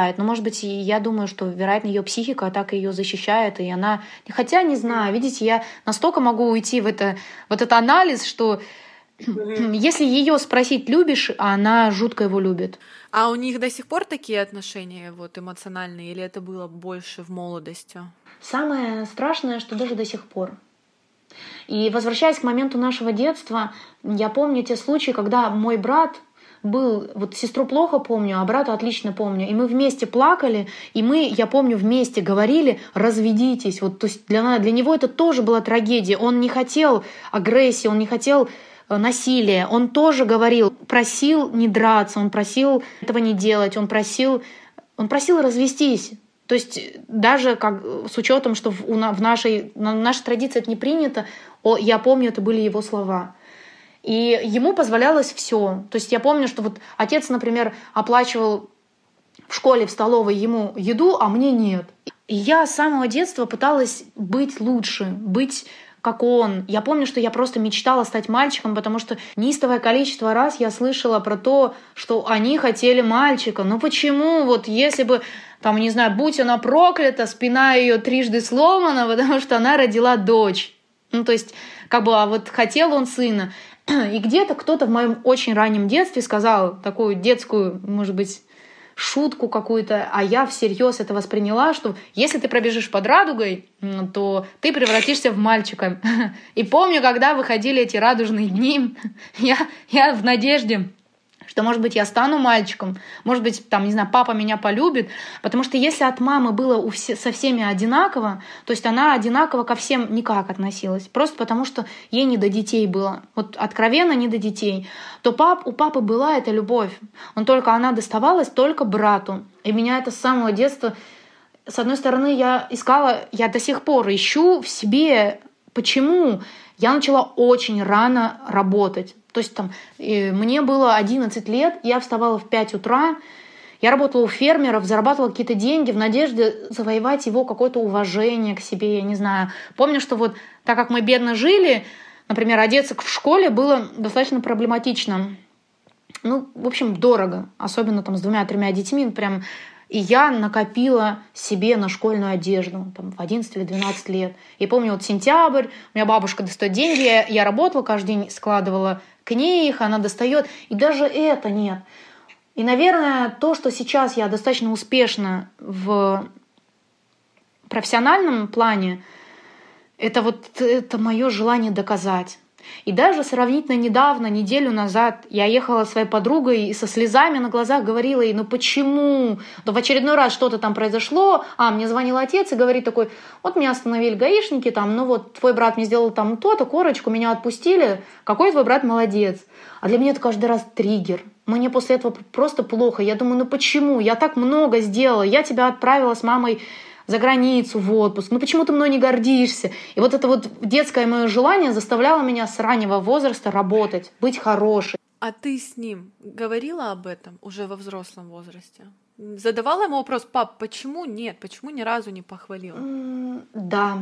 я думаю, что, вероятно, ее психика так ее защищает, и она... Хотя, не знаю, видите, я настолько могу уйти в этот анализ, что если ее спросить, любишь, она жутко его любит. А у них до сих пор такие отношения эмоциональные, или это было больше в молодости? Самое страшное, что даже до сих пор. И возвращаясь к моменту нашего детства, я помню те случаи, когда мой брат был, сестру плохо помню, а брата отлично помню, и мы вместе плакали, и я помню, вместе говорили: разведитесь. То есть для него это тоже была трагедия. Он не хотел агрессии, он не хотел насилия. Он тоже просил не драться, он просил этого не делать, он просил развестись. То есть даже с учетом, что в нашей традиции это не принято, я помню, это были его слова. И ему позволялось все. То есть я помню, что отец, например, оплачивал в школе, в столовой ему еду, а мне нет. И я с самого детства пыталась быть лучше, быть как он. Я помню, что я просто мечтала стать мальчиком, потому что неистовое количество раз я слышала про то, что они хотели мальчика. Ну почему? Вот если бы, там, не знаю, будь она проклята, спина ее трижды сломана, потому что она родила дочь. Ну то есть, как бы, а вот хотел он сына. И где-то кто-то в моем очень раннем детстве сказал такую детскую, может быть, шутку какую-то, а я всерьез это восприняла, что если ты пробежишь под радугой, то ты превратишься в мальчика. И помню, когда выходили эти радужные дни, я в надежде, что, может быть, я стану мальчиком, может быть, там, не знаю, папа меня полюбит, потому что если от мамы было со всеми одинаково, то есть она одинаково ко всем никак относилась, просто потому что ей не до детей было, вот откровенно не до детей, то у папы была эта любовь, она доставалась только брату. И меня это с самого детства, с одной стороны, я до сих пор ищу в себе, почему я начала очень рано работать. То есть мне было 11 лет, я вставала в 5 утра, я работала у фермеров, зарабатывала какие-то деньги в надежде завоевать его какое-то уважение к себе, я не знаю. Помню, что вот так как мы бедно жили, например, одеться в школе было достаточно проблематично. Ну, в общем, дорого, особенно с 2-3 детьми, прям. И я накопила себе на школьную одежду в 11 или 12 лет. И помню, вот сентябрь, у меня бабушка достает деньги, я работала каждый день, складывала к ней их, она достает. И даже это нет. И, наверное, то, что сейчас я достаточно успешна в профессиональном плане, это мое желание доказать. И даже сравнительно недавно, неделю назад, я ехала со своей подругой и со слезами на глазах говорила ей, ну почему? Да в очередной раз что-то там произошло, мне звонил отец и говорит такой, вот меня остановили гаишники, твой брат мне сделал то-то, корочку, меня отпустили, какой твой брат молодец. А для меня это каждый раз триггер. Мне после этого просто плохо. Я думаю, ну почему? Я так много сделала, я тебя отправила с мамой за границу, в отпуск. Ну почему ты мной не гордишься? И вот это вот детское мое желание заставляло меня с раннего возраста работать, быть хорошей. А ты с ним говорила об этом уже во взрослом возрасте? Задавала ему вопрос, пап, почему нет? Почему ни разу не похвалила? Да.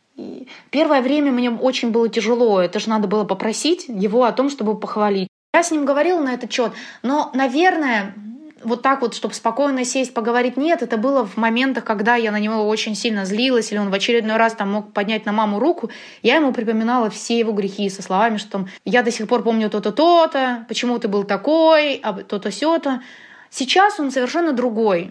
И первое время мне очень было тяжело. Это же надо было попросить его о том, чтобы похвалить. Я с ним говорила на этот счет, но, наверное, вот так вот, чтобы спокойно сесть, поговорить, нет, это было в моментах, когда я на него очень сильно злилась, или он в очередной раз мог поднять на маму руку, я ему припоминала все его грехи со словами, что я до сих пор помню то-то, то-то, почему ты был такой, то-то, сё-то. Сейчас он совершенно другой.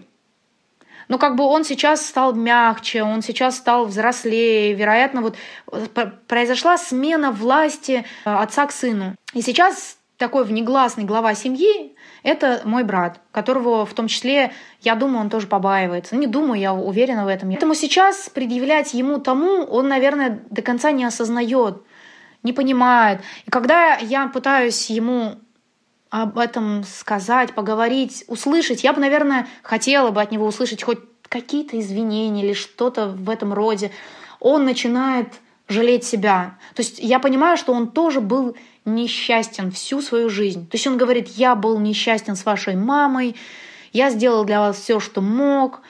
Но он сейчас стал мягче, он сейчас стал взрослее, вероятно, произошла смена власти отца к сыну. И сейчас такой внегласный глава семьи — это мой брат, которого в том числе, я думаю, он тоже побаивается. Не думаю, я уверена в этом. Поэтому сейчас предъявлять ему он, наверное, до конца не осознает, не понимает. И когда я пытаюсь ему об этом сказать, поговорить, услышать, я бы, наверное, хотела бы от него услышать хоть какие-то извинения или что-то в этом роде, он начинает жалеть себя. То есть я понимаю, что он тоже был несчастен всю свою жизнь. То есть он говорит, я был несчастен с вашей мамой, я сделал для вас все, что мог,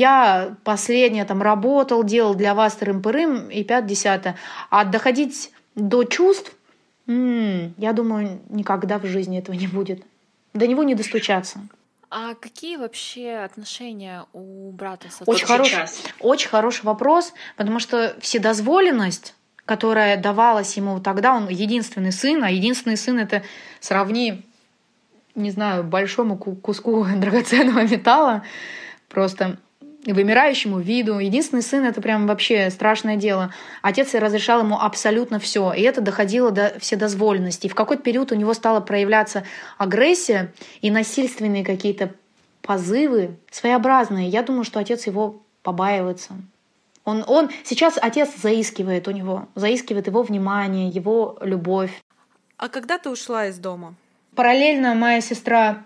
я последнее работал, делал для вас тырым-пырым и 5-10. А доходить до чувств, я думаю, никогда в жизни этого не будет. До него не достучаться. А какие вообще отношения у брата с отцом? Очень хороший вопрос, потому что вседозволенность, которая давалась ему тогда, он единственный сын, а единственный сын — это сравни, не знаю, большому куску драгоценного металла, просто вымирающему виду. Единственный сын — это прям вообще страшное дело. Отец разрешал ему абсолютно все, и это доходило до вседозволенности. И в какой-то период у него стала проявляться агрессия и насильственные какие-то позывы, своеобразные. Я думаю, что отец его побаивается. Сейчас отец заискивает у него, заискивает его внимание, его любовь. А когда ты ушла из дома? Параллельно моя сестра,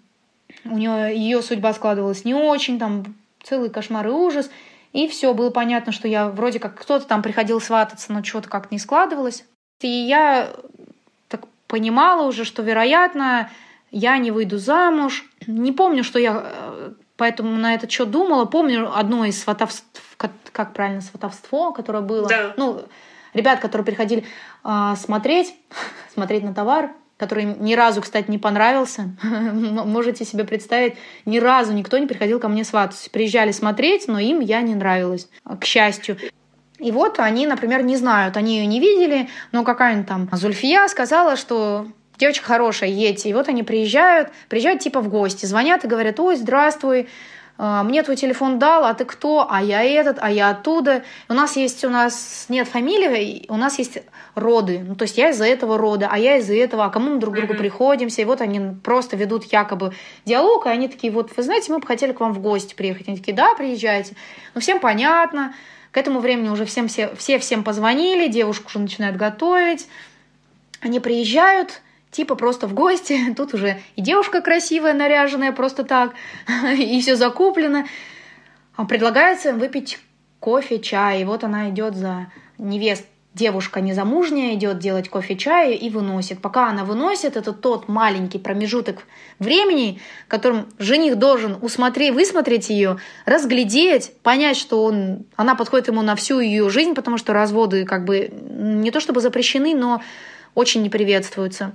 ее судьба складывалась не очень, целый кошмар и ужас. И все, было понятно, что я вроде как кто-то приходил свататься, но что-то как-то не складывалось. И я так понимала уже, что, вероятно, я не выйду замуж. Не помню, что я поэтому на этот счет думала. Помню одно из сватовств, как правильно, сватовство, которое было. Да. Ребят, которые приходили смотреть на товар, который им ни разу, кстати, не понравился. Можете себе представить, ни разу никто не приходил ко мне свататься. Приезжали смотреть, но им я не нравилась, к счастью. И вот они, например, не знают, они ее не видели, но какая-нибудь там Зульфия сказала, что девочка хорошая, едьте. И вот они приезжают типа в гости, звонят и говорят: ой, здравствуй, мне твой телефон дал, а ты кто? А я этот, а я оттуда. У нас нет фамилии, у нас есть роды. То есть я из-за этого рода, а я из-за этого, а кому мы друг к другу приходимся. И вот они просто ведут якобы диалог, и они такие: вот, вы знаете, мы бы хотели к вам в гости приехать. Они такие: да, приезжайте. Всем понятно. К этому времени уже всем позвонили, девушку уже начинают готовить. Они приезжают, типа просто в гости. Тут уже и девушка красивая, наряженная просто так, и все закуплено. Предлагается выпить кофе, чай. И вот она идет за девушка незамужняя, идет делать кофе, чай и выносит. Пока она выносит, это тот маленький промежуток времени, которым жених должен высмотреть ее, разглядеть, понять, что она подходит ему на всю ее жизнь, потому что разводы как бы не то чтобы запрещены, но очень не приветствуются.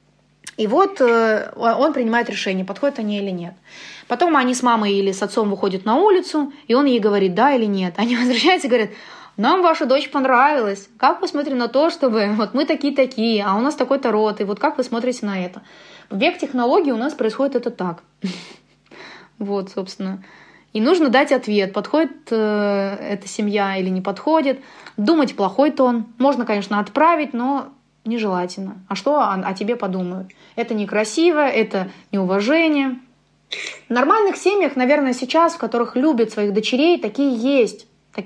И вот он принимает решение, подходят они или нет. Потом они с мамой или с отцом выходят на улицу, и он ей говорит, да или нет. Они возвращаются и говорят: нам ваша дочь понравилась. Как вы смотрите на то, чтобы вот мы такие-такие, а у нас такой-то род, и вот как вы смотрите на это? В век технологий у нас происходит это так. Вот, собственно. И нужно дать ответ, подходит эта семья или не подходит. Думать плохой тон. Можно, конечно, отправить, но нежелательно. А что о тебе подумают? Это некрасиво, это неуважение. В нормальных семьях, наверное, сейчас, в которых любят своих дочерей, такие есть.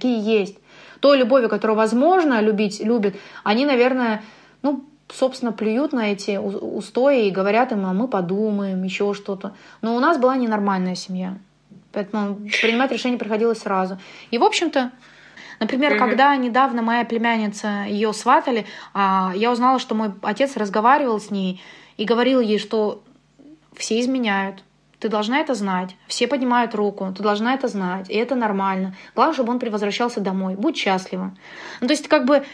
Той любовью, которую возможно любят, они, наверное, собственно, плюют на эти устои и говорят им: а мы подумаем, еще что-то. Но у нас была ненормальная семья. Поэтому принимать решение приходилось сразу. И, в общем-то, например, когда недавно моя племянница, ее сватали, я узнала, что мой отец разговаривал с ней и говорил ей, что все изменяют. Ты должна это знать. Все поднимают руку. Ты должна это знать. И это нормально. Главное, чтобы он возвращался домой. Будь счастлива. То есть, как бы,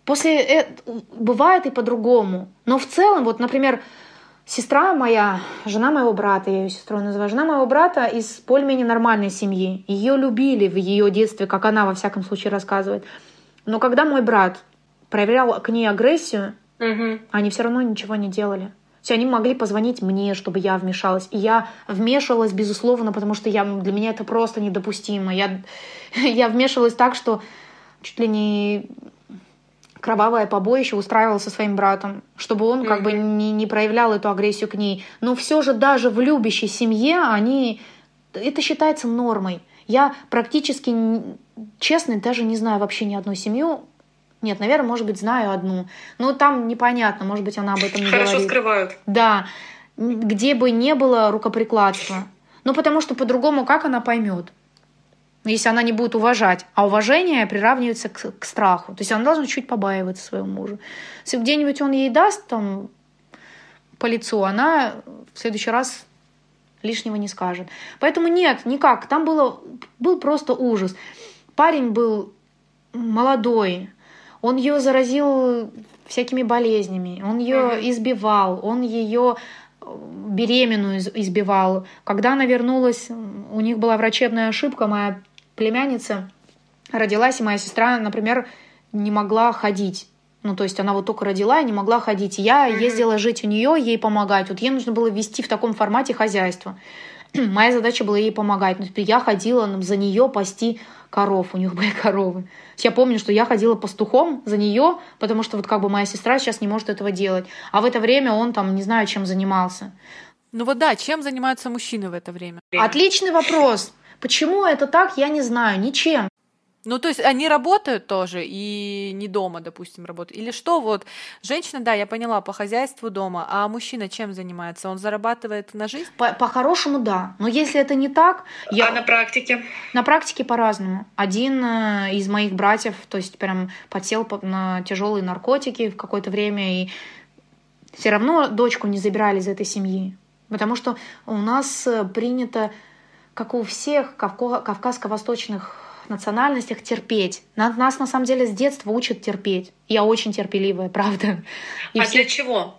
бывает и по-другому. Но в целом, вот, например, сестра моя, жена моего брата, я ее сестрой называю, жена моего брата из более-менее нормальной семьи. Ее любили в ее детстве, как она, во всяком случае, рассказывает. Но когда мой брат проявлял к ней агрессию, они все равно ничего не делали. То есть они могли позвонить мне, чтобы я вмешалась. И я вмешивалась, безусловно, потому что для меня это просто недопустимо. Я вмешивалась так, что чуть ли не кровавое побоище устраивала со своим братом, чтобы он как бы не проявлял эту агрессию к ней. Но все же даже в любящей семье это считается нормой. Я практически, честно, даже не знаю вообще ни одну семью. Нет, наверное, может быть, знаю одну. Но там непонятно, может быть, она об этом не говорит. Хорошо скрывают. Да, где бы не было рукоприкладства. Потому что по-другому как она поймет, если она не будет уважать? А уважение приравнивается к страху. То есть она должна чуть побаиваться своего мужа. Если где-нибудь он ей даст там по лицу, она в следующий раз лишнего не скажет. Поэтому нет, никак. Там был просто ужас. Парень был молодой, он ее заразил всякими болезнями, он ее избивал, он ее беременную избивал. Когда она вернулась, у них была врачебная ошибка, моя племянница родилась, и моя сестра, например, не могла ходить. То есть она вот только родила и не могла ходить. И я ездила жить у нее, ей помогать. Вот ей нужно было вести в таком формате хозяйство. Моя задача была ей помогать. Я ходила за нее пасти коров, у них были коровы. Я помню, что я ходила пастухом за нее, потому что вот как бы моя сестра сейчас не может этого делать. А в это время он там не знаю, чем занимался. Чем занимаются мужчины в это время? Отличный вопрос. Почему это так, я не знаю, ничем. То есть они работают тоже и не дома, допустим, работают? Или что? Вот женщина, да, я поняла, по хозяйству дома, а мужчина чем занимается? Он зарабатывает на жизнь? По-хорошему, да. Но если это не так... А на практике? На практике по-разному. Один из моих братьев, то есть прям подсел на тяжелые наркотики в какое-то время, и все равно дочку не забирали из этой семьи. Потому что у нас принято как у всех кавказско-восточных национальностях, терпеть. Нас на самом деле с детства учат терпеть. Я очень терпеливая, правда. И для чего?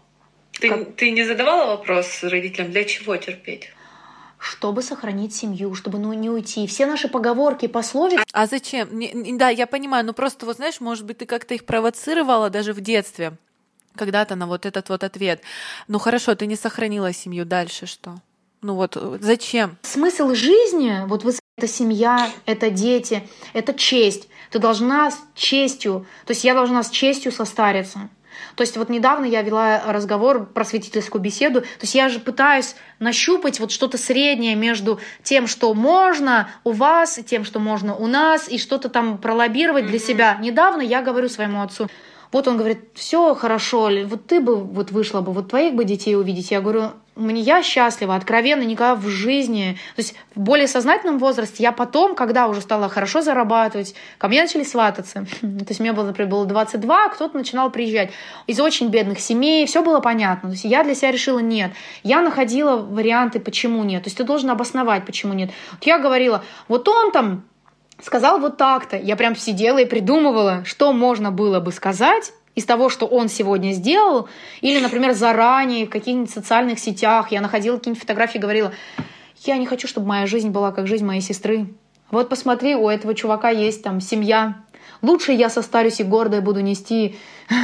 Ты не задавала вопрос родителям, для чего терпеть? Чтобы сохранить семью, чтобы не уйти. Все наши поговорки, пословицы. А зачем? Да, я понимаю, но просто вот знаешь, может быть, ты как-то их провоцировала даже в детстве, когда-то на вот этот вот ответ. Ну хорошо, ты не сохранила семью, дальше что? Ну вот зачем? Смысл жизни, вот это семья, это дети, это честь. Ты должна с честью, то есть я должна с честью состариться. То есть вот недавно я вела разговор, просветительскую беседу, то есть я же пытаюсь нащупать вот что-то среднее между тем, что можно у вас, и тем, что можно у нас, и что-то там пролоббировать для себя. Недавно я говорю своему отцу, вот он говорит, все хорошо, вот ты бы вот вышла бы, вот твоих бы детей увидеть. Я говорю, я счастлива, откровенно, никогда в жизни. То есть в более сознательном возрасте я потом, когда уже стала хорошо зарабатывать, ко мне начали свататься. То есть мне было, например, было 22, кто-то начинал приезжать из очень бедных семей, все было понятно. То есть я для себя решила нет. Я находила варианты, почему нет. То есть ты должен обосновать, почему нет. Вот я говорила, вот он там сказал вот так-то. Я прям сидела и придумывала, что можно было бы сказать из того, что он сегодня сделал. Или, например, заранее в каких-нибудь социальных сетях я находила какие-нибудь фотографии и говорила, я не хочу, чтобы моя жизнь была как жизнь моей сестры. Вот посмотри, у этого чувака есть там семья. Лучше я состарюсь и гордо буду нести,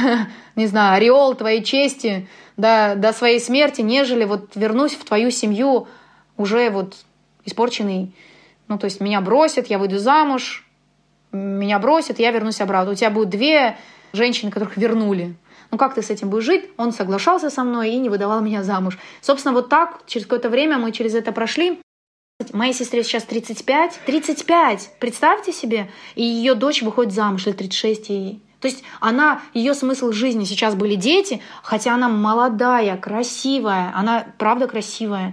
не знаю, ореол твоей чести до своей смерти, нежели вот вернусь в твою семью уже вот испорченный. Ну, то есть меня бросят, я выйду замуж, меня бросят, я вернусь обратно. У тебя будет 2 женщины, которых вернули. Ну, как ты с этим будешь жить? Он соглашался со мной и не выдавал меня замуж. Собственно, вот так, через какое-то время мы через это прошли. Моей сестре сейчас 35. 35! Представьте себе! И ее дочь выходит замуж, или 36 ей. То есть ее смысл жизни сейчас были дети, хотя она молодая, красивая. Она правда красивая.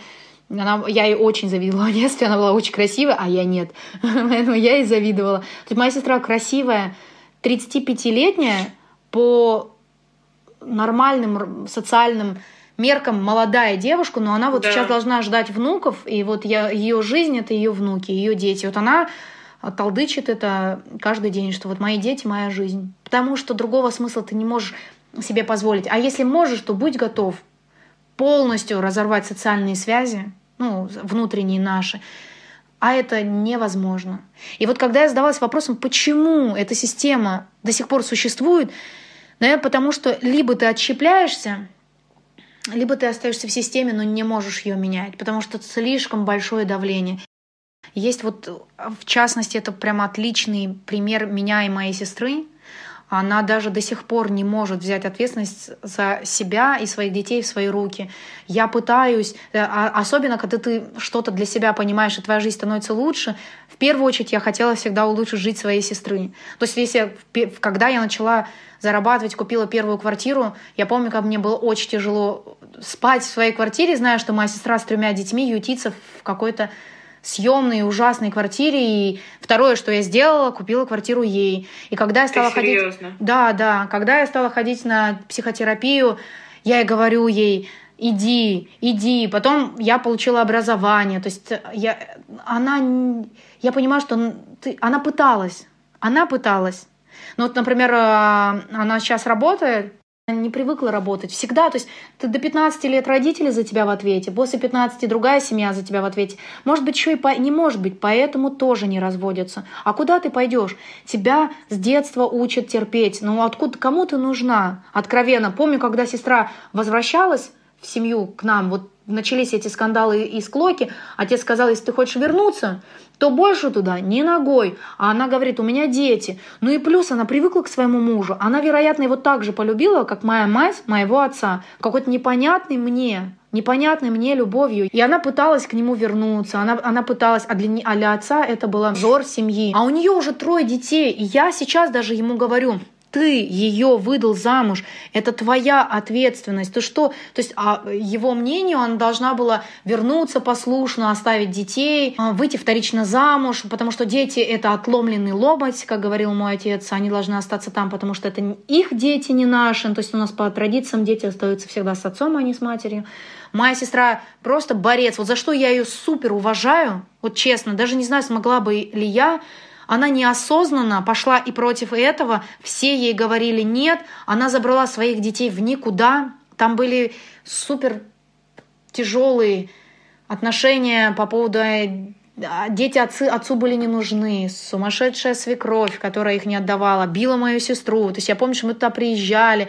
Я ей очень завидовала в детстве, она была очень красивая, а я нет. Поэтому я ей завидовала. То есть моя сестра красивая, 35-летняя, по нормальным социальным меркам молодая девушка, но она вот сейчас должна ждать внуков, и вот ее жизнь — это ее внуки, ее дети. Вот она толдычит это каждый день, что вот мои дети — моя жизнь. Потому что другого смысла ты не можешь себе позволить. А если можешь, то будь готов полностью разорвать социальные связи, внутренние наши, а это невозможно. И вот когда я задавалась вопросом, почему эта система до сих пор существует, наверное, потому что либо ты отщепляешься, либо ты остаешься в системе, но не можешь ее менять, потому что слишком большое давление. Есть вот, в частности, это прям отличный пример меня и моей сестры. Она даже до сих пор не может взять ответственность за себя и своих детей в свои руки. Я пытаюсь, особенно когда ты что-то для себя понимаешь, и твоя жизнь становится лучше, в первую очередь я хотела всегда улучшить жизнь своей сестры. То есть когда я начала зарабатывать, купила первую квартиру, я помню, как мне было очень тяжело спать в своей квартире, зная, что моя сестра с 3 детьми ютится в какой-то съемной ужасной квартире, и второе, что я сделала, купила квартиру ей. И когда я стала ходить... Да, когда я стала ходить на психотерапию, я ей говорю ей, иди. Потом я получила образование. То есть я понимаю, что она пыталась. Ну вот, например, она сейчас работает, она не привыкла работать. Всегда, то есть ты до 15 лет родители за тебя в ответе, после 15 другая семья за тебя в ответе. Может быть, еще и не может быть, поэтому тоже не разводятся. А куда ты пойдешь? Тебя с детства учат терпеть. Ну откуда, кому ты нужна? Откровенно. Помню, когда сестра возвращалась в семью к нам, вот начались эти скандалы и склоки, отец сказал, если ты хочешь вернуться, то больше туда не ногой. А она говорит, у меня дети. Ну и плюс она привыкла к своему мужу. Она, вероятно, его так же полюбила, как моя мать моего отца. Какой-то непонятной мне любовью. И она пыталась к нему вернуться. Она пыталась, а для отца это был взор семьи. А у нее уже 3 детей. И я сейчас даже ему говорю, ты ее выдал замуж, это твоя ответственность. Ты что? То есть, его мнению, она должна была вернуться послушно, оставить детей, выйти вторично замуж, потому что дети — это отломленный ломоть, как говорил мой отец, они должны остаться там, потому что это их дети, не наши. То есть у нас по традициям дети остаются всегда с отцом, а не с матерью. Моя сестра просто борец. Вот за что я ее супер уважаю, вот честно, даже не знаю, смогла бы ли я. Она неосознанно пошла и против этого. Все ей говорили нет. Она забрала своих детей в никуда. Там были супер тяжелые отношения по поводу... Дети отцу были не нужны. Сумасшедшая свекровь, которая их не отдавала, била мою сестру. То есть я помню, что мы туда приезжали.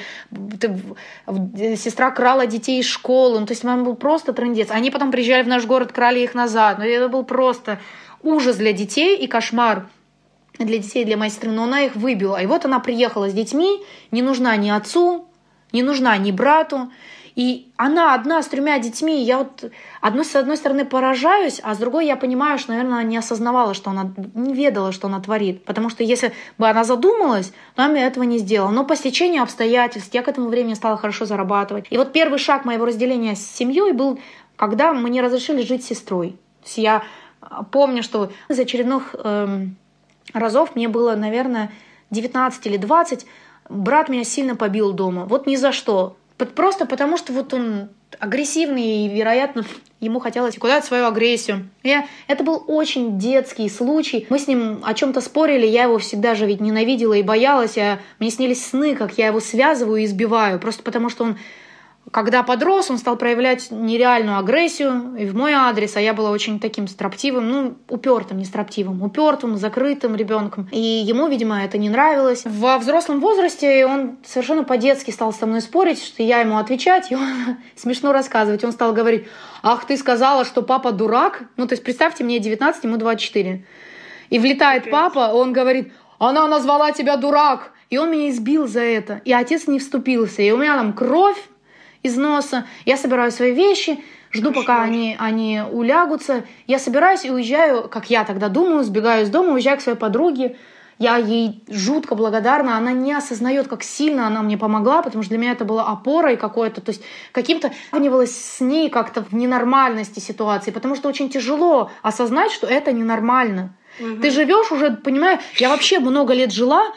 Сестра крала детей из школы. То есть мама был просто трындец. Они потом приезжали в наш город, крали их назад. Но это был просто ужас для детей и кошмар для детей, для моей сестры, но она их выбила. И вот она приехала с детьми, не нужна ни отцу, не нужна ни брату. И она одна с 3 детьми. Я вот с одной стороны поражаюсь, а с другой я понимаю, что, наверное, она не осознавала, что она не ведала, что она творит. Потому что если бы она задумалась, она бы этого не сделала. Но по стечению обстоятельств я к этому времени стала хорошо зарабатывать. И вот первый шаг моего разделения с семьей был, когда мне разрешили жить с сестрой. То есть я помню, что из очередных разов, мне было, наверное, 19 или 20, брат меня сильно побил дома. Вот ни за что. Просто потому, что вот он агрессивный, и, вероятно, ему хотелось куда-то свою агрессию. Это был очень детский случай. Мы с ним о чем-то спорили, я его всегда же ведь ненавидела и боялась. Мне снились сны, как я его связываю и избиваю. Просто потому, что он, когда подрос, он стал проявлять нереальную агрессию и в мой адрес, а я была очень таким строптивым, упертым, не строптивым, упертым, закрытым ребенком. И ему, видимо, это не нравилось. Во взрослом возрасте он совершенно по-детски стал со мной спорить, что я ему отвечать, и он смешно рассказывать. Он стал говорить: «Ах, ты сказала, что папа дурак?» То есть представьте, мне 19, ему 24. И влетает папа, он говорит: «Она назвала тебя дурак!» И он меня избил за это. И отец не вступился. И у меня там кровь из носа. Я собираю свои вещи, жду, пока они улягутся. Я собираюсь и уезжаю, как я тогда думаю, сбегаю из дома, уезжаю к своей подруге. Я ей жутко благодарна. Она не осознает, как сильно она мне помогла, потому что для меня это была опорой какой-то. То есть каким-то сравнивалась с ней как-то в ненормальности ситуации, потому что очень тяжело осознать, что это ненормально. Угу. Ты живешь уже, понимаю, я вообще много лет жила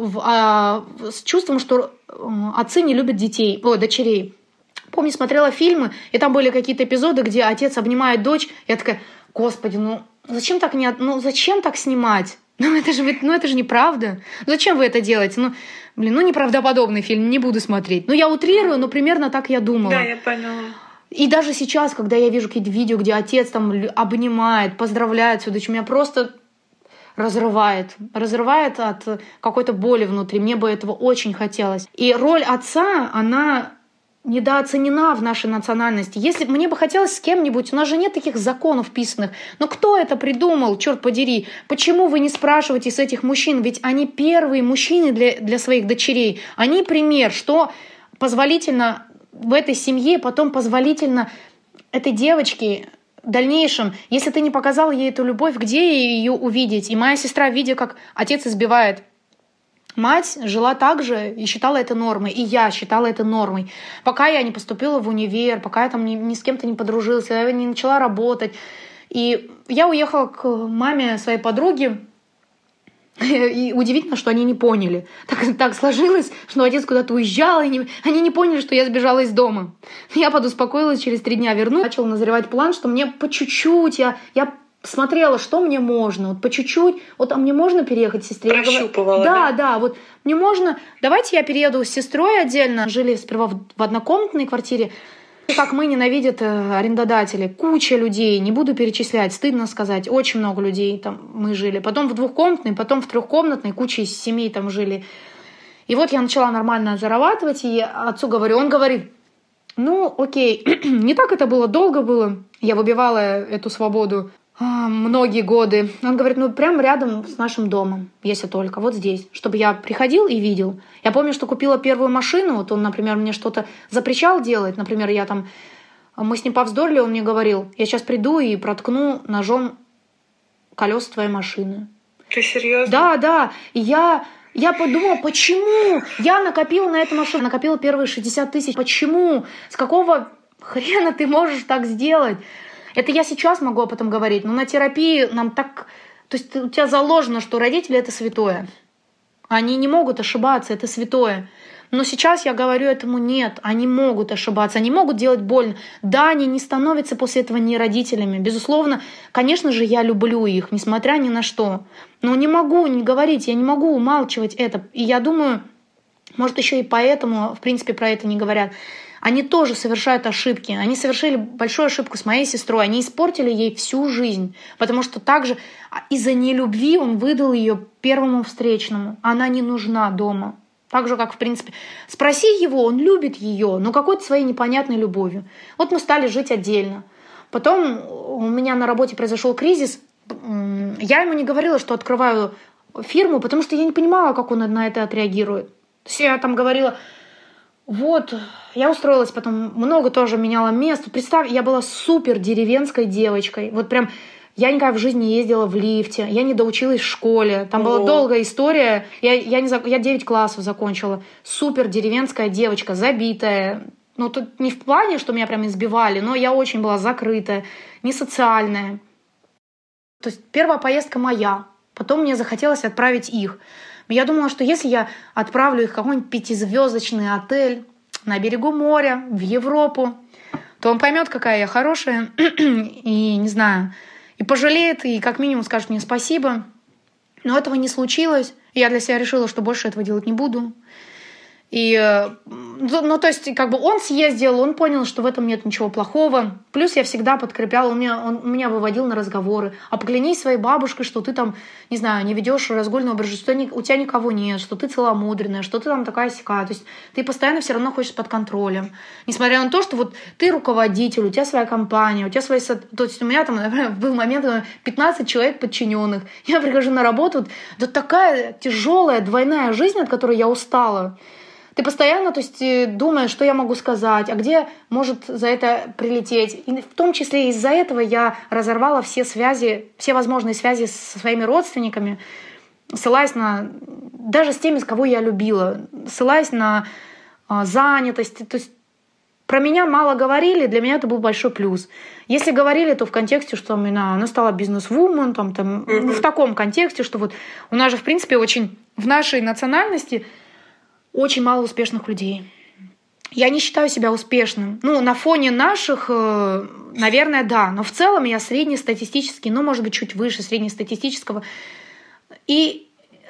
с чувством, что отцы не любят дочерей. Помню, смотрела фильмы, и там были какие-то эпизоды, где отец обнимает дочь. Я такая: «Господи, зачем так зачем так снимать? Это же неправда. Зачем вы это делаете? Неправдоподобный фильм, не буду смотреть». Я утрирую, но примерно так я думала. Да, я поняла. И даже сейчас, когда я вижу какие-то видео, где отец там обнимает, поздравляет свою дочь, меня просто разрывает от какой-то боли внутри. Мне бы этого очень хотелось. И роль отца, она недооценена в нашей национальности. Если мне бы хотелось с кем-нибудь, у нас же нет таких законов писанных, но кто это придумал, черт подери? Почему вы не спрашиваете с этих мужчин? Ведь они первые мужчины для своих дочерей. Они пример, что позволительно в этой семье, потом позволительно этой девочке в дальнейшем. Если ты не показал ей эту любовь, где ее увидеть? И моя сестра, видя, как отец избивает мать, жила так же и считала это нормой. И я считала это нормой. Пока я не поступила в универ, пока я там ни с кем-то не подружилась, я не начала работать. И я уехала к маме своей подруги. И удивительно, что они не поняли. Так сложилось, что отец куда-то уезжал, и они не поняли, что я сбежала из дома. Я подуспокоилась, через 3 дня вернулась. Начал назревать план, что мне по чуть-чуть, я смотрела, что мне можно, по чуть-чуть, а мне можно переехать с сестрой? Прощупывала, да, мне можно, давайте я перееду с сестрой отдельно. Жили сперва в однокомнатной квартире. Как мы ненавидят арендодатели. Куча людей, не буду перечислять, стыдно сказать, очень много людей там мы жили. Потом в 2-комнатной, потом в 3-комнатной, куча семей там жили. И вот я начала нормально зарабатывать, и отцу говорю, он говорит: окей, не так это было, долго было. Я выбивала эту свободу многие годы. Он говорит, прямо рядом с нашим домом, если только, вот здесь, чтобы я приходил и видел. Я помню, что купила первую машину, он, например, мне что-то запрещал делать, например, мы с ним повздорили, он мне говорил: я сейчас приду и проткну ножом колеса твоей машины. Ты серьезно? Да, и я Я подумала, почему? Я накопила на эту машину, накопила первые 60 тысяч. Почему? С какого хрена ты можешь так сделать? Это я сейчас могу об этом говорить, но на терапии нам так... То есть у тебя заложено, что родители — это святое. Они не могут ошибаться, это святое. Но сейчас я говорю этому нет, они могут ошибаться, они могут делать больно. Да, они не становятся после этого не родителями. Безусловно, конечно же, я люблю их, несмотря ни на что. Но не могу не говорить, я не могу умалчивать это. И я думаю, может, еще и поэтому, в принципе, про это не говорят. Они тоже совершают ошибки. Они совершили большую ошибку с моей сестрой. Они испортили ей всю жизнь. Потому что также из-за нелюбви он выдал ее первому встречному. Она не нужна дома. Так же, как, в принципе, спроси его, он любит ее, но какой-то своей непонятной любовью. Вот мы стали жить отдельно. Потом у меня на работе произошел кризис. Я ему не говорила, что открываю фирму, потому что я не понимала, как он на это отреагирует. То есть я там говорила, вот, я устроилась потом, много тоже меняла место. Представь, я была супер деревенской девочкой. Вот прям... Я никогда в жизни не ездила в лифте, я не доучилась в школе. Там была долгая история. Я 9 классов закончила. Супер деревенская девочка, забитая. Ну, тут не в плане, что меня прям избивали, но я очень была закрытая, не социальная. То есть первая поездка моя. Потом мне захотелось отправить их. Я думала, что если я отправлю их в какой-нибудь 5-звездочный отель на берегу моря, в Европу, то он поймет, какая я хорошая. И, не знаю... И пожалеет, и как минимум скажет мне спасибо. Но этого не случилось. Я для себя решила, что больше этого делать не буду. И, ну, то есть, как бы он съездил, он понял, что в этом нет ничего плохого. Плюс я всегда подкрепляла, он меня выводил на разговоры. А поклянись своей бабушкой, что ты там, не знаю, не ведешь разгульный образ жизни, что у тебя никого нет, что ты целомудренная, что ты там такая-сякая. То есть ты постоянно все равно хочешь под контролем. Несмотря на то, что вот ты руководитель, у тебя своя компания, у тебя свои... То есть у меня там, например, был момент 15 человек подчиненных. Я прихожу на работу, это такая тяжелая двойная жизнь, от которой я устала. Ты постоянно, то есть, думаешь, что я могу сказать, а где может за это прилететь. И в том числе из-за этого я разорвала все связи, все возможные связи со своими родственниками, ссылаясь на... Даже с теми, с кого я любила, ссылаясь на занятость. То есть про меня мало говорили, для меня это был большой плюс. Если говорили, то в контексте, что она стала бизнес-вумен, в таком контексте, что вот у нас же, в принципе, очень в нашей национальности... Очень мало успешных людей. Я не считаю себя успешным. Ну, на фоне наших, наверное, да. Но в целом я среднестатистический, ну, может быть, чуть выше среднестатистического. И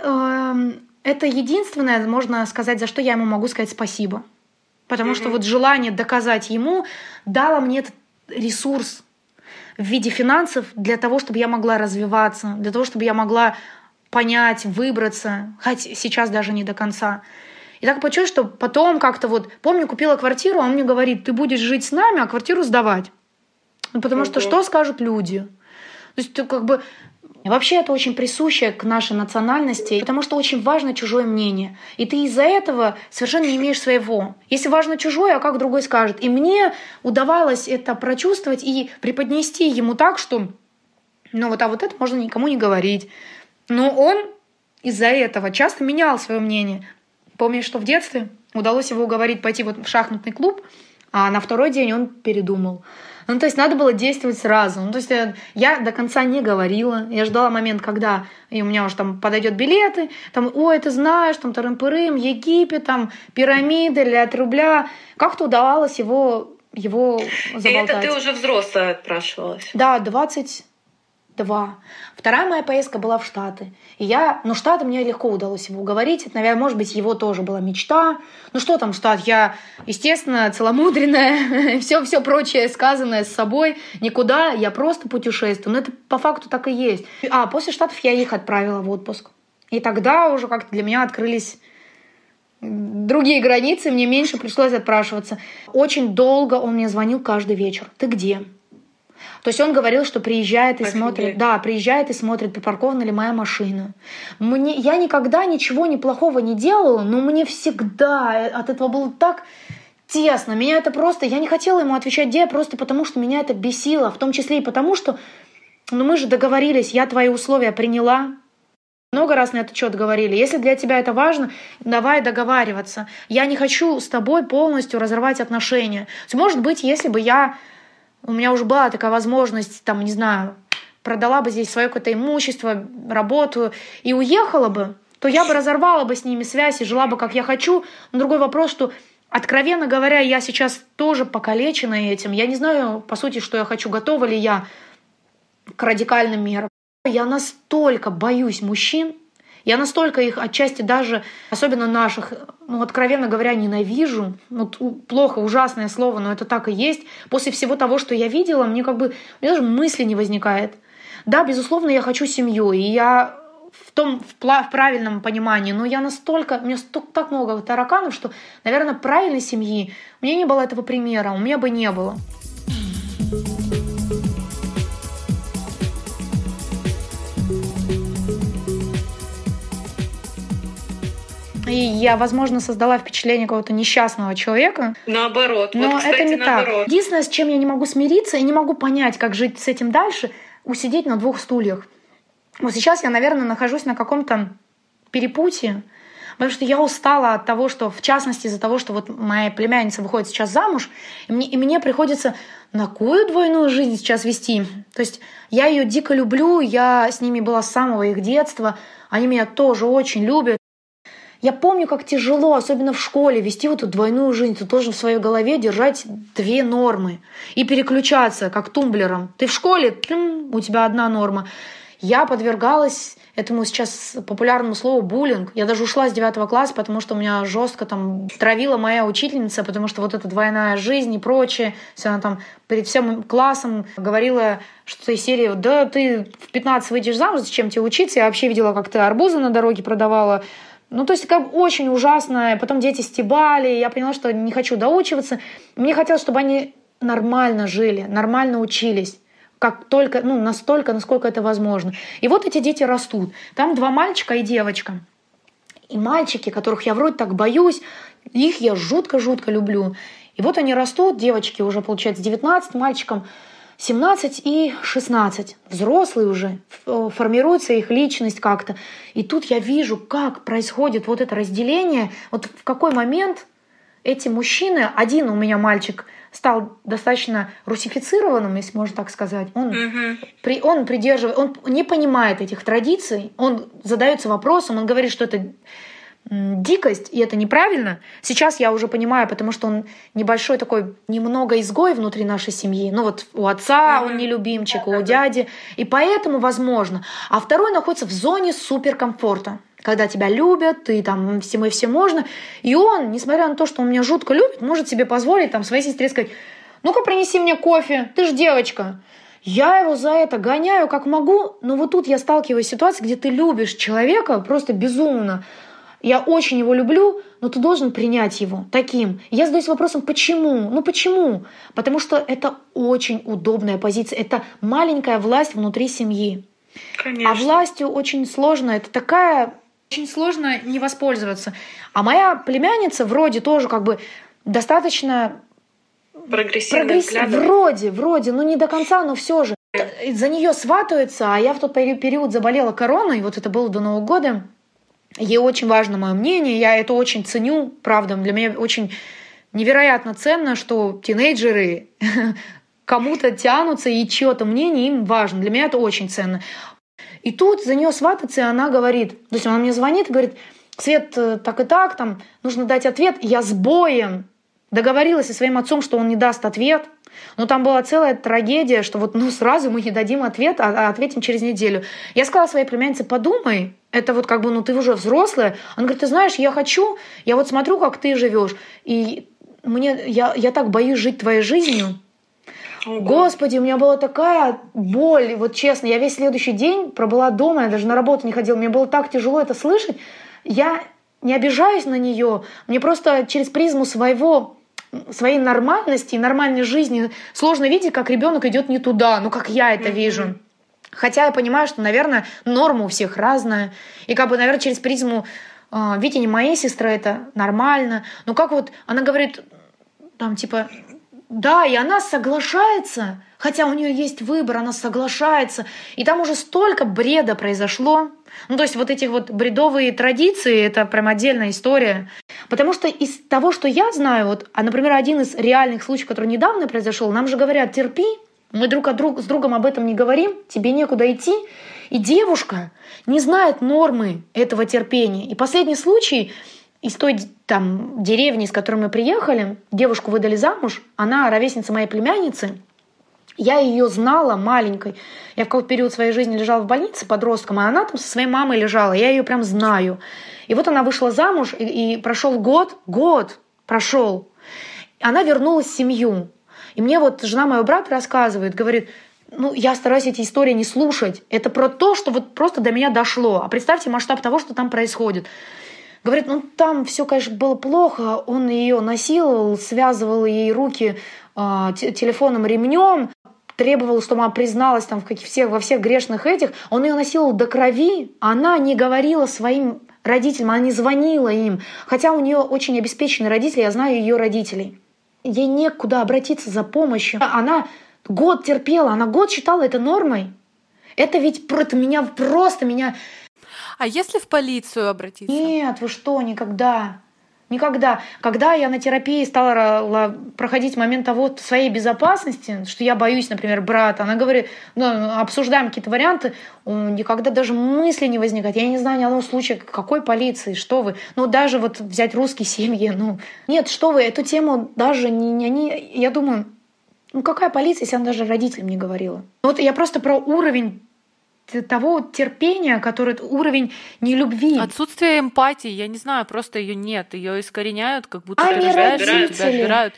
это единственное, можно сказать, за что я ему могу сказать спасибо. Потому что вот желание доказать ему дало мне этот ресурс в виде финансов для того, чтобы я могла развиваться, для того, чтобы я могла понять, выбраться, хоть сейчас даже не до конца. И так получилось, что потом как-то вот... Помню, купила квартиру, а он мне говорит, ты будешь жить с нами, а квартиру сдавать. Потому что скажут люди? То есть как бы... Вообще это очень присуще к нашей национальности, потому что очень важно чужое мнение. И ты из-за этого совершенно не имеешь своего. Если важно чужое, а как другой скажет? И мне удавалось это прочувствовать и преподнести ему так, что... Ну вот, а вот это можно никому не говорить. Но он из-за этого часто менял свое мнение. Помню, что в детстве удалось его уговорить пойти вот в шахматный клуб, а на второй день он передумал. Ну, то есть надо было действовать сразу. Ну, то есть я до конца не говорила. Я ждала момент, когда и у меня уже там подойдет билеты. Там, ой, ты знаешь, там Тарым-Пырым, Египет, там пирамиды, лет рубля. Как-то удавалось его заболтать. И это ты уже взрослая отпрашивалась? Да, 22. Вторая моя поездка была в Штаты. И Штаты мне легко удалось его уговорить. Это, наверное, может быть, его тоже была мечта. Ну что там Штат? Я, естественно, целомудренная, все прочее сказанное с собой. Никуда, я просто путешествую. Но это по факту так и есть. А после Штатов я их отправила в отпуск. И тогда уже как-то для меня открылись другие границы, мне меньше пришлось отпрашиваться. Очень долго он мне звонил каждый вечер. Ты где? То есть он говорил, что приезжает и смотрит, припаркована ли моя машина. Я никогда ничего плохого не делала, но мне всегда от этого было так тесно. Меня это просто... Я не хотела ему отвечать, где, просто потому что меня это бесило. В том числе и потому, что мы же договорились, я твои условия приняла. Много раз на этот счет говорили. Если для тебя это важно, давай договариваться. Я не хочу с тобой полностью разорвать отношения. То есть, может быть, если бы у меня уже была такая возможность, там, не знаю, продала бы здесь свое какое-то имущество, работу и уехала бы, то я бы разорвала бы с ними связь и жила бы, как я хочу. Но другой вопрос, что, откровенно говоря, я сейчас тоже покалечена этим. Я не знаю, по сути, что я хочу, готова ли я к радикальным мерам. Я настолько боюсь мужчин, я настолько их отчасти даже, особенно наших, откровенно говоря, ненавижу. Плохо, ужасное слово, но это так и есть. После всего того, что я видела, мне даже мысли не возникает. Да, безусловно, я хочу семью, и я в правильном понимании, но у меня так много тараканов, что, наверное, правильной семьи у меня не было этого примера, у меня бы не было. И я, возможно, создала впечатление какого-то несчастного человека. Наоборот. Но кстати, это не наоборот. так. Единственное, с чем я не могу смириться и не могу понять, как жить с этим дальше, усидеть на 2 стульях. Вот сейчас я, наверное, нахожусь на каком-то перепутье, потому что я устала от того, что, в частности, из-за того, что вот моя племянница выходит сейчас замуж, и мне приходится на какую двойную жизнь сейчас вести. То есть я ее дико люблю, я с ними была с самого их детства, они меня тоже очень любят. Я помню, как тяжело, особенно в школе, вести вот эту двойную жизнь. Ты должен в своей голове держать 2 нормы и переключаться, как тумблером. Ты в школе, у тебя одна норма. Я подвергалась этому сейчас популярному слову буллинг. Я даже ушла с 9 класса, потому что меня жестко там травила моя учительница, потому что вот эта двойная жизнь и прочее. Она там перед всем классом говорила, что из серии: да ты в 15 выйдешь замуж, зачем тебе учиться? Я вообще видела, как ты арбузы на дороге продавала. То есть очень ужасно. Потом дети стебали. Я поняла, что не хочу доучиваться. Мне хотелось, чтобы они нормально жили, нормально учились. Как только, настолько, насколько это возможно. И вот эти дети растут. Там 2 мальчика и девочка. И мальчики, которых я вроде так боюсь, их я жутко-жутко люблю. И вот они растут, девочки уже, получается, 19, мальчикам 17 и 16. Взрослые уже, формируется их личность как-то. И тут я вижу, как происходит вот это разделение. Вот в какой момент эти мужчины, один у меня мальчик стал достаточно русифицированным, если можно так сказать. Он не понимает этих традиций, он задается вопросом, он говорит, что это дикость, и это неправильно. Сейчас я уже понимаю, потому что он небольшой такой, немного изгой внутри нашей семьи. У отца он не любимчик, у дяди. И поэтому возможно. А второй находится в зоне суперкомфорта. Когда тебя любят, ты там всем и всем можно. И он, несмотря на то, что он меня жутко любит, может себе позволить своей сестре сказать: ну-ка принеси мне кофе, ты ж девочка. Я его за это гоняю как могу, но вот тут я сталкиваюсь с ситуацией, где ты любишь человека просто безумно. Я очень его люблю, но ты должен принять его таким. Я задаюсь вопросом, почему? Почему? Потому что это очень удобная позиция. Это маленькая власть внутри семьи. Конечно. А властью очень сложно. Это такая... Очень сложно не воспользоваться. А моя племянница вроде тоже достаточно... Прогрессивная. Вроде, не до конца, но все же. За нее сватаются, а я в тот период заболела короной, вот это было до Нового года. Ей очень важно мое мнение, я это очень ценю, правда. Для меня очень невероятно ценно, что тинейджеры кому-то тянутся, и чье-то мнение им важно. Для меня это очень ценно. И тут за нее свататься, и она говорит, то есть она мне звонит и говорит: Свет, так и так, нужно дать ответ. Я с боем договорилась со своим отцом, что он не даст ответ. Но там была целая трагедия, что сразу мы не дадим ответ, а ответим через неделю. Я сказала своей племяннице: подумай, это ты уже взрослая. Она говорит: ты знаешь, я смотрю, как ты живешь, и я так боюсь жить твоей жизнью. Господи, у меня была такая боль, честно, я весь следующий день пробыла дома, я даже на работу не ходила, мне было так тяжело это слышать. Я не обижаюсь на нее, мне просто через призму своей нормальности и нормальной жизни сложно видеть, как ребенок идет не туда, как я это вижу. Хотя я понимаю, что, наверное, норма у всех разная. И наверное, через призму видения моей сестры это нормально. Но она говорит, Да, и она соглашается, хотя у нее есть выбор, она соглашается. И там уже столько бреда произошло. Ну, то есть вот эти вот бредовые традиции, это прям отдельная история. Потому что из того, что я знаю, вот, например, один из реальных случаев, который недавно произошел, нам же говорят: терпи, мы с другом об этом не говорим, тебе некуда идти. И девушка не знает нормы этого терпения. И последний случай из той там деревни, из которой мы приехали, девушку выдали замуж, она ровесница моей племянницы. Я ее знала маленькой. Я в какой-то период своей жизни лежала в больнице подростком, а она там со своей мамой лежала. Я ее прям знаю. И вот она вышла замуж, и прошел год прошел. Она вернулась в семью. И мне вот жена моего брата рассказывает, говорит: ну, я стараюсь эти истории не слушать. Это про то, что вот просто до меня дошло. А представьте масштаб того, что там происходит. Говорит, ну там все, конечно, было плохо. Он ее насиловал, связывал ей руки телефонным ремнем, требовал, чтобы она призналась там во всех грешных этих. Он ее насиловал до крови. Она не говорила своим родителям, она не звонила им. Хотя у нее очень обеспеченные родители, я знаю ее родителей. Ей некуда обратиться за помощью. Она год терпела, она год считала это нормой. Это ведь меня... А если в полицию обратиться? Нет, вы что, никогда. Никогда. Когда я на терапии стала проходить момент того своей безопасности, что я боюсь, например, брата, она говорит, обсуждаем какие-то варианты, никогда даже мысли не возникает. Я не знаю ни одного случая, какой полиции, что вы. Даже вот взять русские семьи, нет, что вы, эту тему даже не они, я думаю, какая полиция, если она даже родителям не говорила. Вот я просто про уровень того терпения, который уровень нелюбви. Отсутствие эмпатии, я не знаю, просто ее нет. Ее искореняют, как будто ты рожаешься, тебя отбирают.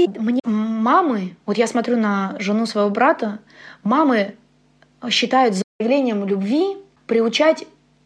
Мамы, вот я смотрю на жену своего брата, мамы считают заявлением любви приучать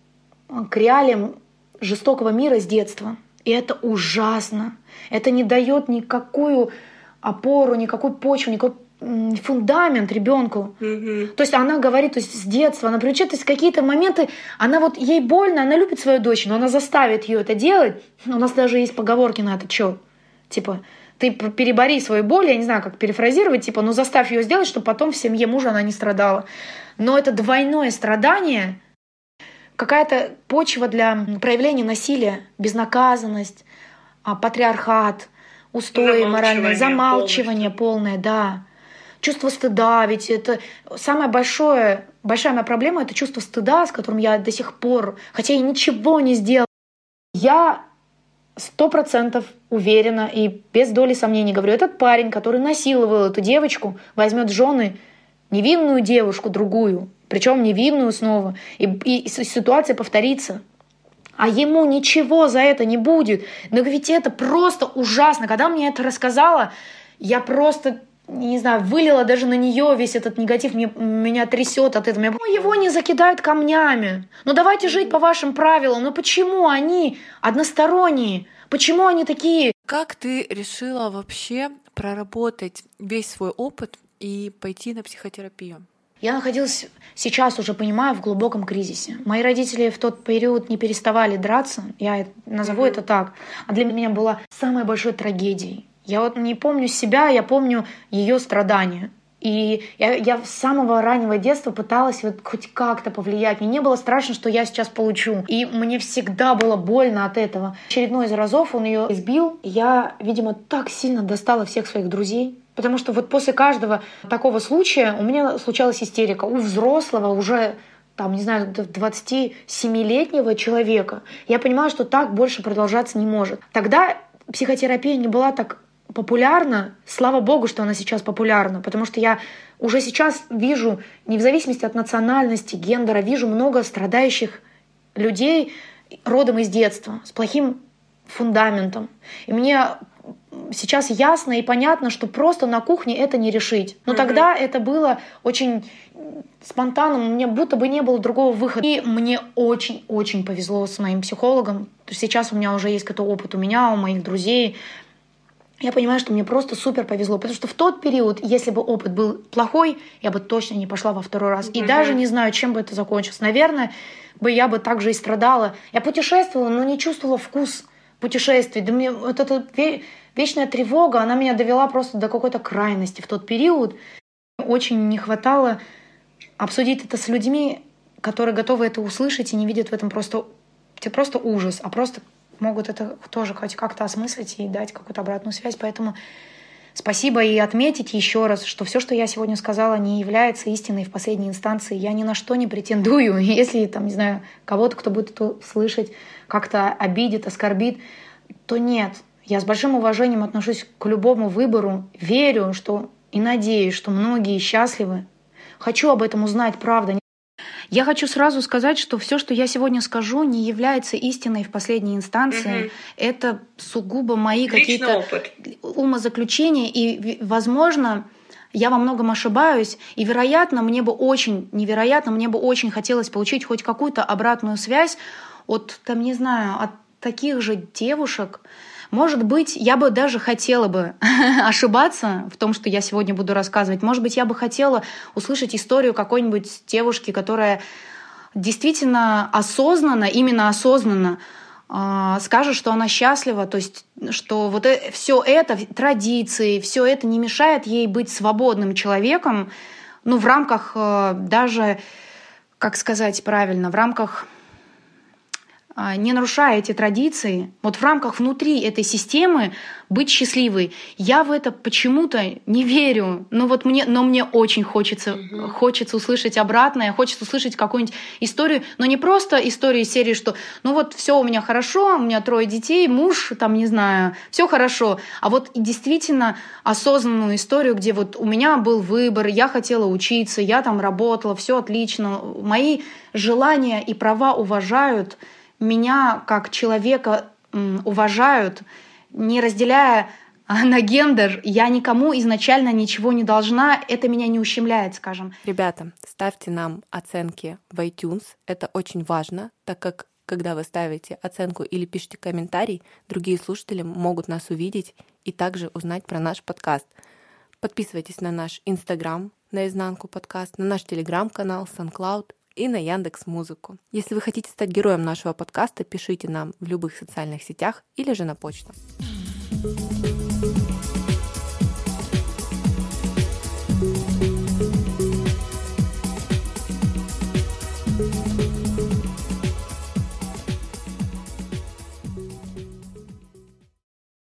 к реалиям жестокого мира с детства. И это ужасно. Это не дает никакую опору, никакую почву, никакой фундамент ребенку. То есть она говорит, то есть с детства, она приучает, то есть какие-то моменты, она вот ей больно, она любит свою дочь, но она заставит ее это делать. У нас даже есть поговорки на это, что? Типа, ты перебори свою боль, я не знаю, как перефразировать, типа, заставь ее сделать, чтобы потом в семье мужа она не страдала. Но это двойное страдание, какая-то почва для проявления насилия, безнаказанность, патриархат, устои моральные, замалчивание полное, да. Чувство стыда, ведь это самая большая моя проблема, это чувство стыда, с которым я до сих пор, хотя я ничего не сделала, я 100% уверена и без доли сомнений говорю, этот парень, который насиловал эту девочку, возьмет в жены невинную девушку, другую, причем невинную снова, и ситуация повторится. А ему ничего за это не будет. Но ведь это просто ужасно. Когда мне это рассказала, я просто, не знаю, вылила даже на нее весь этот негатив. Меня трясет от этого. Его не закидают камнями. Давайте жить по вашим правилам. Почему они односторонние? Почему они такие? Как ты решила вообще проработать весь свой опыт и пойти на психотерапию? Я находилась, сейчас уже понимаю, в глубоком кризисе. Мои родители в тот период не переставали драться, я назову это так. А для меня была самой большой трагедией. Я вот не помню себя, я помню ее страдания. И я с самого раннего детства пыталась хоть как-то повлиять. Мне не было страшно, что я сейчас получу. И мне всегда было больно от этого. Очередной из разов он ее избил. Я, видимо, так сильно достала всех своих друзей. Потому что вот после каждого такого случая у меня случалась истерика. У взрослого, уже, 27-летнего человека. Я понимаю, что так больше продолжаться не может. Тогда психотерапия не была так популярна. Слава богу, что она сейчас популярна. Потому что я уже сейчас вижу, не в зависимости от национальности, гендера, вижу много страдающих людей родом из детства, с плохим фундаментом. И мне сейчас ясно и понятно, что просто на кухне это не решить. Но тогда это было очень спонтанно, у меня будто бы не было другого выхода. И мне очень-очень повезло с моим психологом. То есть сейчас у меня уже есть какой-то опыт у моих друзей. Я понимаю, что мне просто супер повезло, потому что в тот период, если бы опыт был плохой, я бы точно не пошла во второй раз. И даже не знаю, чем бы это закончилось. Наверное, я бы так же и страдала. Я путешествовала, но не чувствовала вкус путешествий. Да мне вот эта вечная тревога, она меня довела просто до какой-то крайности в тот период. Очень не хватало обсудить это с людьми, которые готовы это услышать и не видят в этом просто ужас, а просто могут это тоже хоть как-то осмыслить и дать какую-то обратную связь. Поэтому спасибо, и отметить еще раз, что все, что я сегодня сказала, не является истиной в последней инстанции. Я ни на что не претендую. Если там, не знаю, кого-то, кто будет это слышать, как-то обидит, оскорбит, то нет. Я с большим уважением отношусь к любому выбору, верю, что и надеюсь, что многие счастливы. Хочу об этом узнать, правда. Я хочу сразу сказать, что все, что я сегодня скажу, не является истиной в последней инстанции. Это сугубо мои какие-то умозаключения. И, возможно, я во многом ошибаюсь. И, вероятно, мне бы очень хотелось получить хоть какую-то обратную связь от, там, не знаю, от таких же девушек. Может быть, я бы даже хотела бы ошибаться в том, что я сегодня буду рассказывать. Может быть, я бы хотела услышать историю какой-нибудь девушки, которая действительно именно осознанно скажет, что она счастлива, то есть, что вот все это, традиции, все это не мешает ей быть свободным человеком, в рамках даже, как сказать правильно, в рамках, не нарушая эти традиции, вот в рамках внутри этой системы быть счастливой. Я в это почему-то не верю, но мне очень хочется услышать обратное, хочется услышать какую-нибудь историю, но не просто историю из серии, что все у меня хорошо, у меня 3 детей, муж, там, не знаю, все хорошо, а вот действительно осознанную историю, где вот у меня был выбор, я хотела учиться, я там работала, все отлично, мои желания и права уважают, меня как человека уважают, не разделяя на гендер. Я никому изначально ничего не должна, это меня не ущемляет, скажем. Ребята, ставьте нам оценки в iTunes, это очень важно, так как когда вы ставите оценку или пишете комментарий, другие слушатели могут нас увидеть и также узнать про наш подкаст. Подписывайтесь на наш Instagram, Наизнанку подкаст, на наш Telegram-канал, SoundCloud и на Яндекс.Музыку. Если вы хотите стать героем нашего подкаста, пишите нам в любых социальных сетях или же на почту.